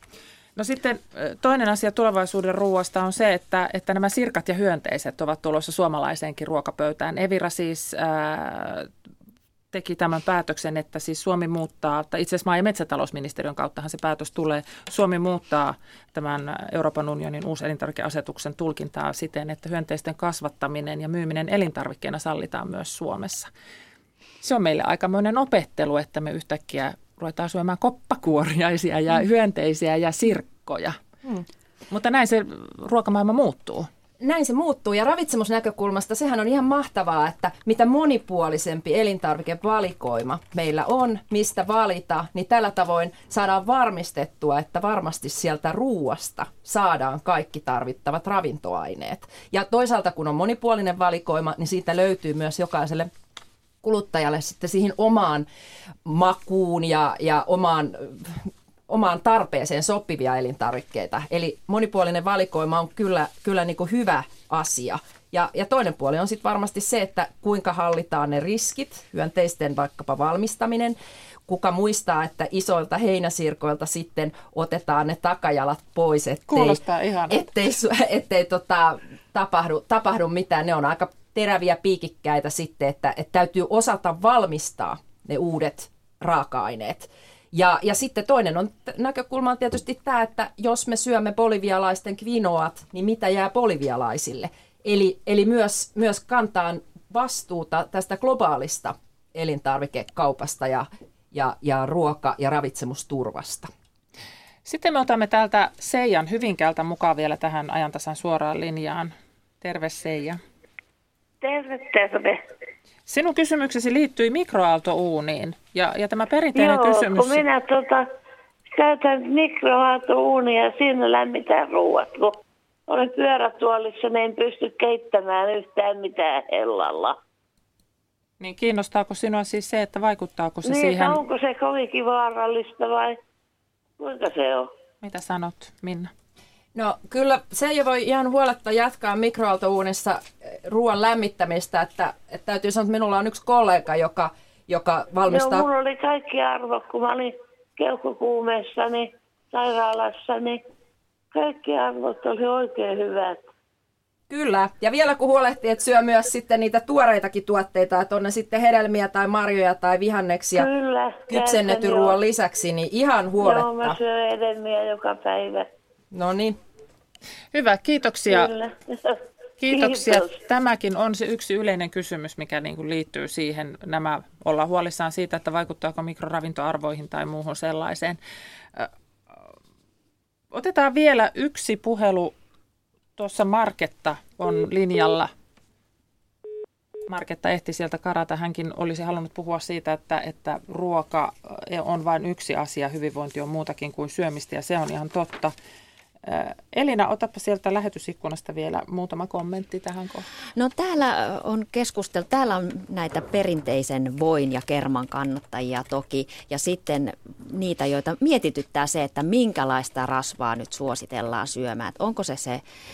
No sitten toinen asia tulevaisuuden ruoasta on se, että, että nämä sirkat ja hyönteiset ovat tulossa suomalaiseenkin ruokapöytään. Evira siis ää, teki tämän päätöksen, että siis Suomi muuttaa, tai itse asiassa maa- ja metsätalousministeriön kauttahan se päätös tulee, Suomi muuttaa tämän Euroopan unionin uuselintarvikeasetuksen tulkintaa siten, että hyönteisten kasvattaminen ja myyminen elintarvikkeena sallitaan myös Suomessa. Se on meille aikamoinen opettelu, että me yhtäkkiä ruvetaan syömään koppakuoriaisia ja hyönteisiä ja sirkkoja. Hmm. Mutta näin se ruokamaailma muuttuu. Näin se muuttuu, ja ravitsemusnäkökulmasta sehän on ihan mahtavaa, että mitä monipuolisempi elintarvikevalikoima meillä on, mistä valita, niin tällä tavoin saadaan varmistettua, että varmasti sieltä ruuasta saadaan kaikki tarvittavat ravintoaineet. Ja toisaalta kun on monipuolinen valikoima, niin siitä löytyy myös jokaiselle kuluttajalle sitten siihen omaan makuun ja, ja omaan, omaan tarpeeseen sopivia elintarvikkeita. Eli monipuolinen valikoima on kyllä, kyllä niin kuin hyvä asia. Ja, ja toinen puoli on sitten varmasti se, että kuinka hallitaan ne riskit, hyönteisten vaikkapa valmistaminen. Kuka muistaa, että isoilta heinäsirkoilta sitten otetaan ne takajalat pois, ettei, Kuulostaa ihanalta. ettei, ettei tota, tapahdu, tapahdu mitään. Ne on aika teräviä piikikkäitä sitten, että, että täytyy osata valmistaa ne uudet raaka-aineet. Ja, ja sitten toinen on näkökulma on tietysti tämä, että jos me syömme bolivialaisten quinoat, niin mitä jää bolivialaisille? Eli, eli myös, myös kantaa vastuuta tästä globaalista elintarvikekaupasta ja, ja, ja ruoka- ja ravitsemusturvasta. Sitten me otamme täältä Seijan Hyvinkäältä mukaan vielä tähän ajantasan suoraan linjaan. Terve Seija. Terve, terve. Sinun kysymyksesi liittyi mikroaaltouuniin ja, ja tämä perinteinen Joo, kysymys. kun minä tota, käytän mikroaaltouunia ja siinä lämmitän ruuat, kun olen pyörätuolissa, niin en pysty keittämään yhtään mitään hellalla. Niin kiinnostaako sinua siis se, että vaikuttaako se niin, siihen? Onko se kovinkin vaarallista vai kuinka se on? Mitä sanot, Minna? No kyllä se jo voi ihan huoletta jatkaa mikroaaltouunissa ruoan lämmittämistä, että, että täytyy sanoa, että minulla on yksi kollega, joka, joka valmistaa... Joo, mulla oli kaikki arvot, kun mä olin keuhkokuumeessani sairaalassa, niin kaikki arvot oli oikein hyvät. Kyllä, ja vielä kun huolehtii, että syö myös sitten niitä tuoreitakin tuotteita, että on ne sitten hedelmiä tai marjoja tai vihanneksia Kyllä, kypsennetyn ruoan lisäksi, niin ihan huoletta. Joo, mä syön hedelmiä joka päivä. No niin. Hyvä, kiitoksia. Kyllä. Kiitoksia. Kiitos. Tämäkin on se yksi yleinen kysymys, mikä niin kuin liittyy siihen. Nämä ollaan huolissaan siitä, että vaikuttaako mikroravintoarvoihin tai muuhun sellaiseen. Otetaan vielä yksi puhelu. Tuossa Marketta on linjalla. Marketta ehti sieltä karata. Hänkin olisi halunnut puhua siitä, että, että ruoka on vain yksi asia. Hyvinvointi on muutakin kuin syömistä ja se on ihan totta. Elina, otapa sieltä lähetysikkunasta vielä muutama kommentti tähän kohtaan. No täällä on keskusteltu, täällä on näitä perinteisen voin ja kerman kannattajia toki, ja sitten niitä, joita mietityttää se, että minkälaista rasvaa nyt suositellaan syömään. Että onko se se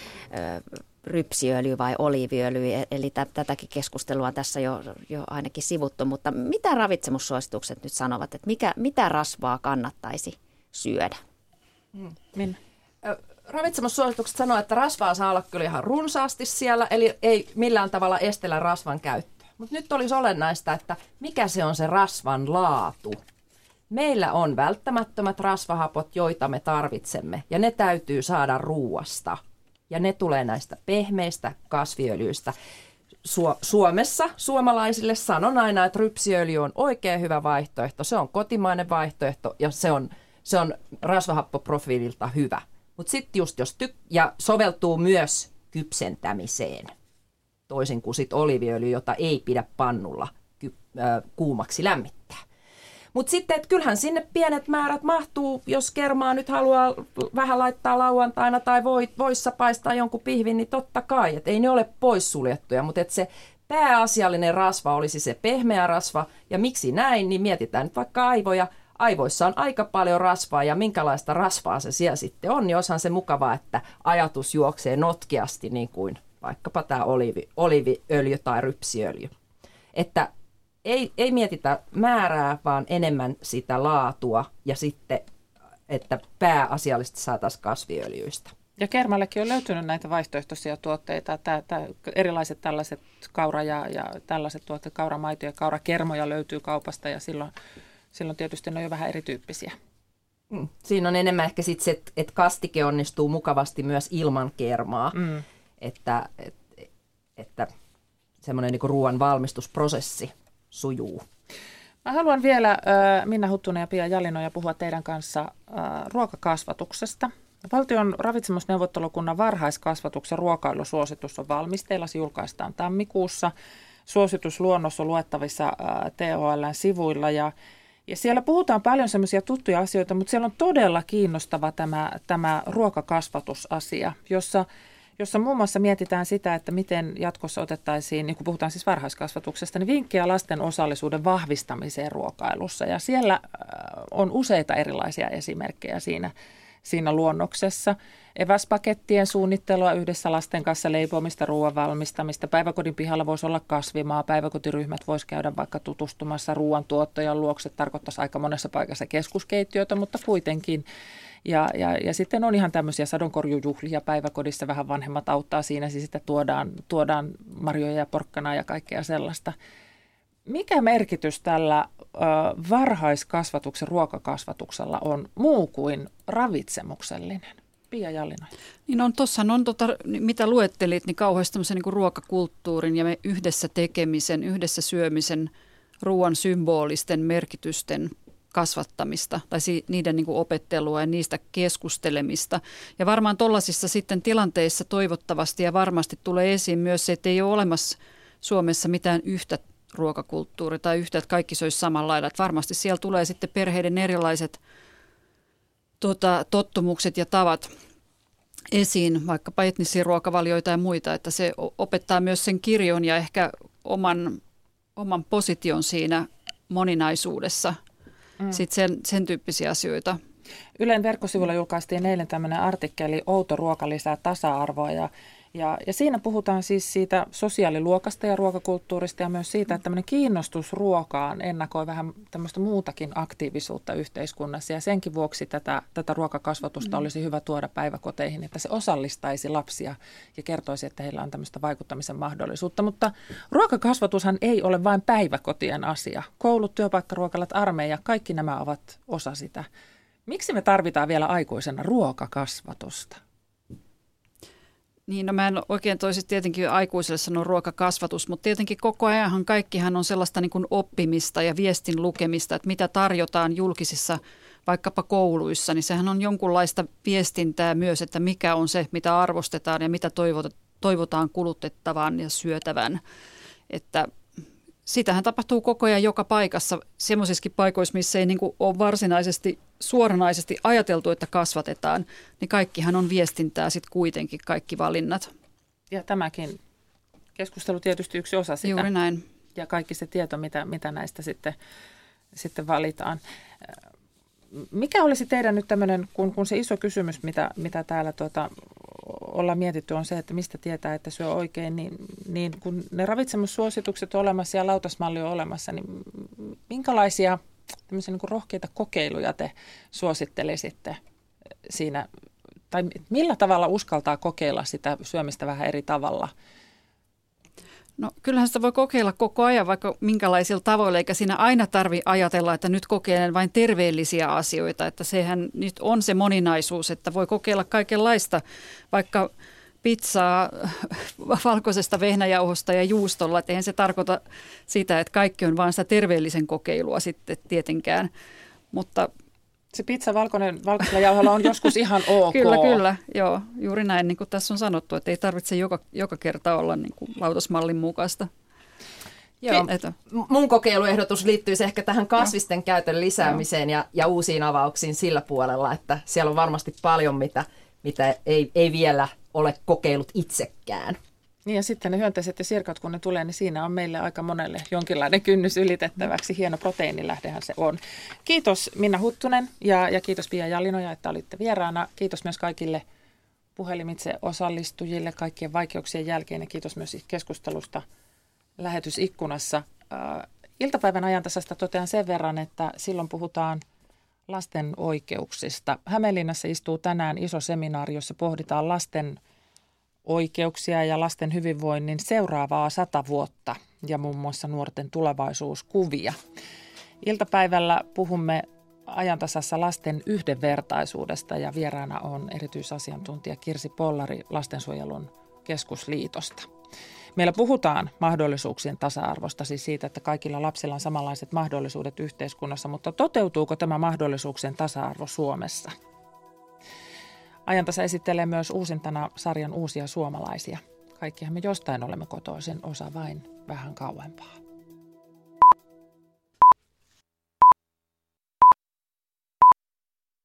ö, rypsiöljy vai oliiviöljy, eli t- tätäkin keskustelua on tässä jo, jo ainakin sivuttu, mutta mitä ravitsemussuositukset nyt sanovat, että mikä, mitä rasvaa kannattaisi syödä? Hmm. Minna? Ravitsemussuositukset sanoo, että rasvaa saa olla kyllä ihan runsaasti siellä, eli ei millään tavalla estellä rasvan käyttöä. Mutta nyt olisi olennaista, että mikä se on se rasvan laatu. Meillä on välttämättömät rasvahapot, joita me tarvitsemme, ja ne täytyy saada ruuasta. Ja ne tulee näistä pehmeistä kasviöljyistä. Su- Suomessa suomalaisille sanon aina, että rypsiöljy on oikein hyvä vaihtoehto. Se on kotimainen vaihtoehto ja se on, se on rasvahappoprofiililta hyvä. Mutta sitten just jos tyk- ja soveltuu myös kypsentämiseen, toisin kuin sit oliiviöljy, jota ei pidä pannulla ky- äh, kuumaksi lämmittää. Mutta sitten, että kyllähän sinne pienet määrät mahtuu, jos kermaa nyt haluaa vähän laittaa lauantaina tai voissa paistaa jonkun pihvin, niin totta kai, että ei ne ole poissuljettuja, mutta että se pääasiallinen rasva olisi se pehmeä rasva, ja miksi näin, niin mietitään nyt vaikka aivoja. Aivoissa on aika paljon rasvaa, ja minkälaista rasvaa se siellä sitten on, niin olisihan se mukavaa, että ajatus juoksee notkeasti, niin kuin vaikkapa tämä oliivi, oliiviöljy tai rypsiöljy. Että Ei, ei mietitä määrää, vaan enemmän sitä laatua ja sitten, että pääasiallisesti saataisiin kasviöljyistä. Ja kermallekin on löytynyt näitä vaihtoehtoisia tuotteita, tää, tää, erilaiset tällaiset kaura- ja, ja tällaiset tuotteet, kauramaito ja kaurakermoja löytyy kaupasta ja silloin, silloin tietysti ne on jo vähän erityyppisiä. Mm. Siinä on enemmän ehkä sitten se, että et kastike onnistuu mukavasti myös ilman kermaa, mm. että, et, että semmoinen niinku ruoan valmistusprosessi sujuu. Mä haluan vielä, Minna Huttunen ja Pia Jalinoja, puhua teidän kanssa ruokakasvatuksesta. Valtion ravitsemusneuvottelukunnan varhaiskasvatuksen ruokailusuositus on valmisteilla, se julkaistaan tammikuussa. Suositusluonnos on luettavissa T H L:n sivuilla ja, ja siellä puhutaan paljon semmoisia tuttuja asioita, mutta siellä on todella kiinnostava tämä, tämä ruokakasvatusasia, jossa jossa muun muassa mietitään sitä, että miten jatkossa otettaisiin, niin kun puhutaan siis varhaiskasvatuksesta, niin vinkkejä lasten osallisuuden vahvistamiseen ruokailussa. Ja siellä on useita erilaisia esimerkkejä siinä, siinä luonnoksessa. Eväspakettien suunnittelua yhdessä lasten kanssa, leipomista, ruoan valmistamista. Päiväkodin pihalla voisi olla kasvimaa, päiväkotiryhmät voisi käydä vaikka tutustumassa ruoantuottajan luokse. Tarkoittaisi aika monessa paikassa keskuskeittiötä, mutta kuitenkin. Ja, ja, ja sitten on ihan tämmöisiä sadonkorjujuhlia päiväkodissa, vähän vanhemmat auttaa siinä, siis sitten tuodaan, tuodaan marjoja ja porkkanaa ja kaikkea sellaista. Mikä merkitys tällä ö, varhaiskasvatuksen ruokakasvatuksella on muu kuin ravitsemuksellinen? Pia Jalinoja. Niin on tuossa, on tota, mitä luettelit, niin kauheasti tämmöisen niin kuin ruokakulttuurin ja me yhdessä tekemisen, yhdessä syömisen, ruoan symbolisten merkitysten kasvattamista tai si- niiden niin kuin opettelua ja niistä keskustelemista. Ja varmaan tuollaisissa sitten tilanteissa toivottavasti ja varmasti tulee esiin myös se, että ei ole olemassa Suomessa mitään yhtä ruokakulttuuria tai yhtä, että kaikki söisi samalla lailla. Että varmasti siellä tulee sitten perheiden erilaiset tota, tottumukset ja tavat esiin, vaikkapa etnisiä ruokavalioita ja muita, että se opettaa myös sen kirjon ja ehkä oman, oman position siinä moninaisuudessa. Mm. Sitten sen, sen tyyppisiä asioita. Ylen verkkosivulla julkaistiin eilen tämmöinen artikkeli Outo ruoka lisää tasa-arvoa ja, ja, ja siinä puhutaan siis siitä sosiaaliluokasta ja ruokakulttuurista ja myös siitä, että tämmöinen kiinnostus ruokaan ennakoi vähän tämmöistä muutakin aktiivisuutta yhteiskunnassa ja senkin vuoksi tätä, tätä ruokakasvatusta mm. olisi hyvä tuoda päiväkoteihin, että se osallistaisi lapsia ja kertoisi, että heillä on tämmöistä vaikuttamisen mahdollisuutta, mutta ruokakasvatushan ei ole vain päiväkotien asia. Koulut, työpaikkaruokalat, armeija, kaikki nämä ovat osa sitä. Miksi me tarvitaan vielä aikuisena ruokakasvatusta? Niin, no mä en oikein toisi tietenkin aikuiselle sanoa ruokakasvatus, mutta tietenkin koko ajanhan kaikkihan on sellaista niin kuin oppimista ja viestin lukemista, että mitä tarjotaan julkisissa vaikkapa kouluissa, niin sehän on jonkunlaista viestintää myös, että mikä on se, mitä arvostetaan ja mitä toivotaan kulutettavan ja syötävän. Että sitähän tapahtuu koko ajan joka paikassa, semmoisissakin paikoissa, missä ei niin kuin ole varsinaisesti suoranaisesti ajateltu, että kasvatetaan, niin kaikkihan on viestintää sitten kuitenkin, kaikki valinnat. Ja tämäkin keskustelu tietysti yksi osa sitä. Juuri näin. Ja kaikki se tieto, mitä, mitä näistä sitten, sitten valitaan. Mikä olisi teidän nyt tämmöinen, kun, kun se iso kysymys, mitä, mitä täällä tuota, ollaan mietitty, on se, että mistä tietää, että syö oikein, niin, niin kun ne ravitsemussuositukset on olemassa ja lautasmalli on olemassa, niin minkälaisia tämmöisiä niin kuin rohkeita kokeiluja te suosittelisitte siinä, tai millä tavalla uskaltaa kokeilla sitä syömistä vähän eri tavalla? No kyllähän sitä voi kokeilla koko ajan vaikka minkälaisilla tavoilla, eikä siinä aina tarvitse ajatella, että nyt kokeilen vain terveellisiä asioita, että sehän nyt on se moninaisuus, että voi kokeilla kaikenlaista, vaikka pizzaa valkoisesta vehnäjauhosta ja juustolla, että eihän se tarkoita sitä, että kaikki on vain sitä terveellisen kokeilua sitten tietenkään, mutta se pizza valkoinen, valkoisella jauholla on joskus ihan ok. Kyllä, kyllä. Joo, juuri näin, niin kuin tässä on sanottu, että ei tarvitse joka, joka kerta olla niin kuin lautasmallin mukaista. Joo, Eto. Mun kokeiluehdotus liittyisi ehkä tähän kasvisten no. käytön lisäämiseen ja, ja uusiin avauksiin sillä puolella, että siellä on varmasti paljon, mitä, mitä ei, ei vielä ole kokeillut itsekään. Niin ja sitten ne hyönteiset ja sirkat, kun ne tulee, niin siinä on meille aika monelle jonkinlainen kynnys ylitettäväksi. Hieno proteiinilähdehän se on. Kiitos Minna Huttunen ja, ja kiitos Pia Jallinoja, että olitte vieraana. Kiitos myös kaikille puhelimitse osallistujille kaikkien vaikeuksien jälkeen ja kiitos myös keskustelusta lähetysikkunassa. Äh, iltapäivän ajantasasta totean sen verran, että silloin puhutaan lasten oikeuksista. Hämeenlinnassa istuu tänään iso seminaari, jossa pohditaan lasten oikeuksia ja lasten hyvinvoinnin seuraavaa sata vuotta ja muun muassa nuorten tulevaisuuskuvia. Iltapäivällä puhumme ajantasassa lasten yhdenvertaisuudesta ja vieraana on erityisasiantuntija Kirsi Pollari Lastensuojelun keskusliitosta. Meillä puhutaan mahdollisuuksien tasa-arvosta, siis siitä, että kaikilla lapsilla on samanlaiset mahdollisuudet yhteiskunnassa, mutta toteutuuko tämä mahdollisuuksien tasa-arvo Suomessa? Ajantasa esittelee myös uusintana sarjan Uusia suomalaisia. Kaikkihan me jostain olemme kotoisin, osa vain vähän kauempaa.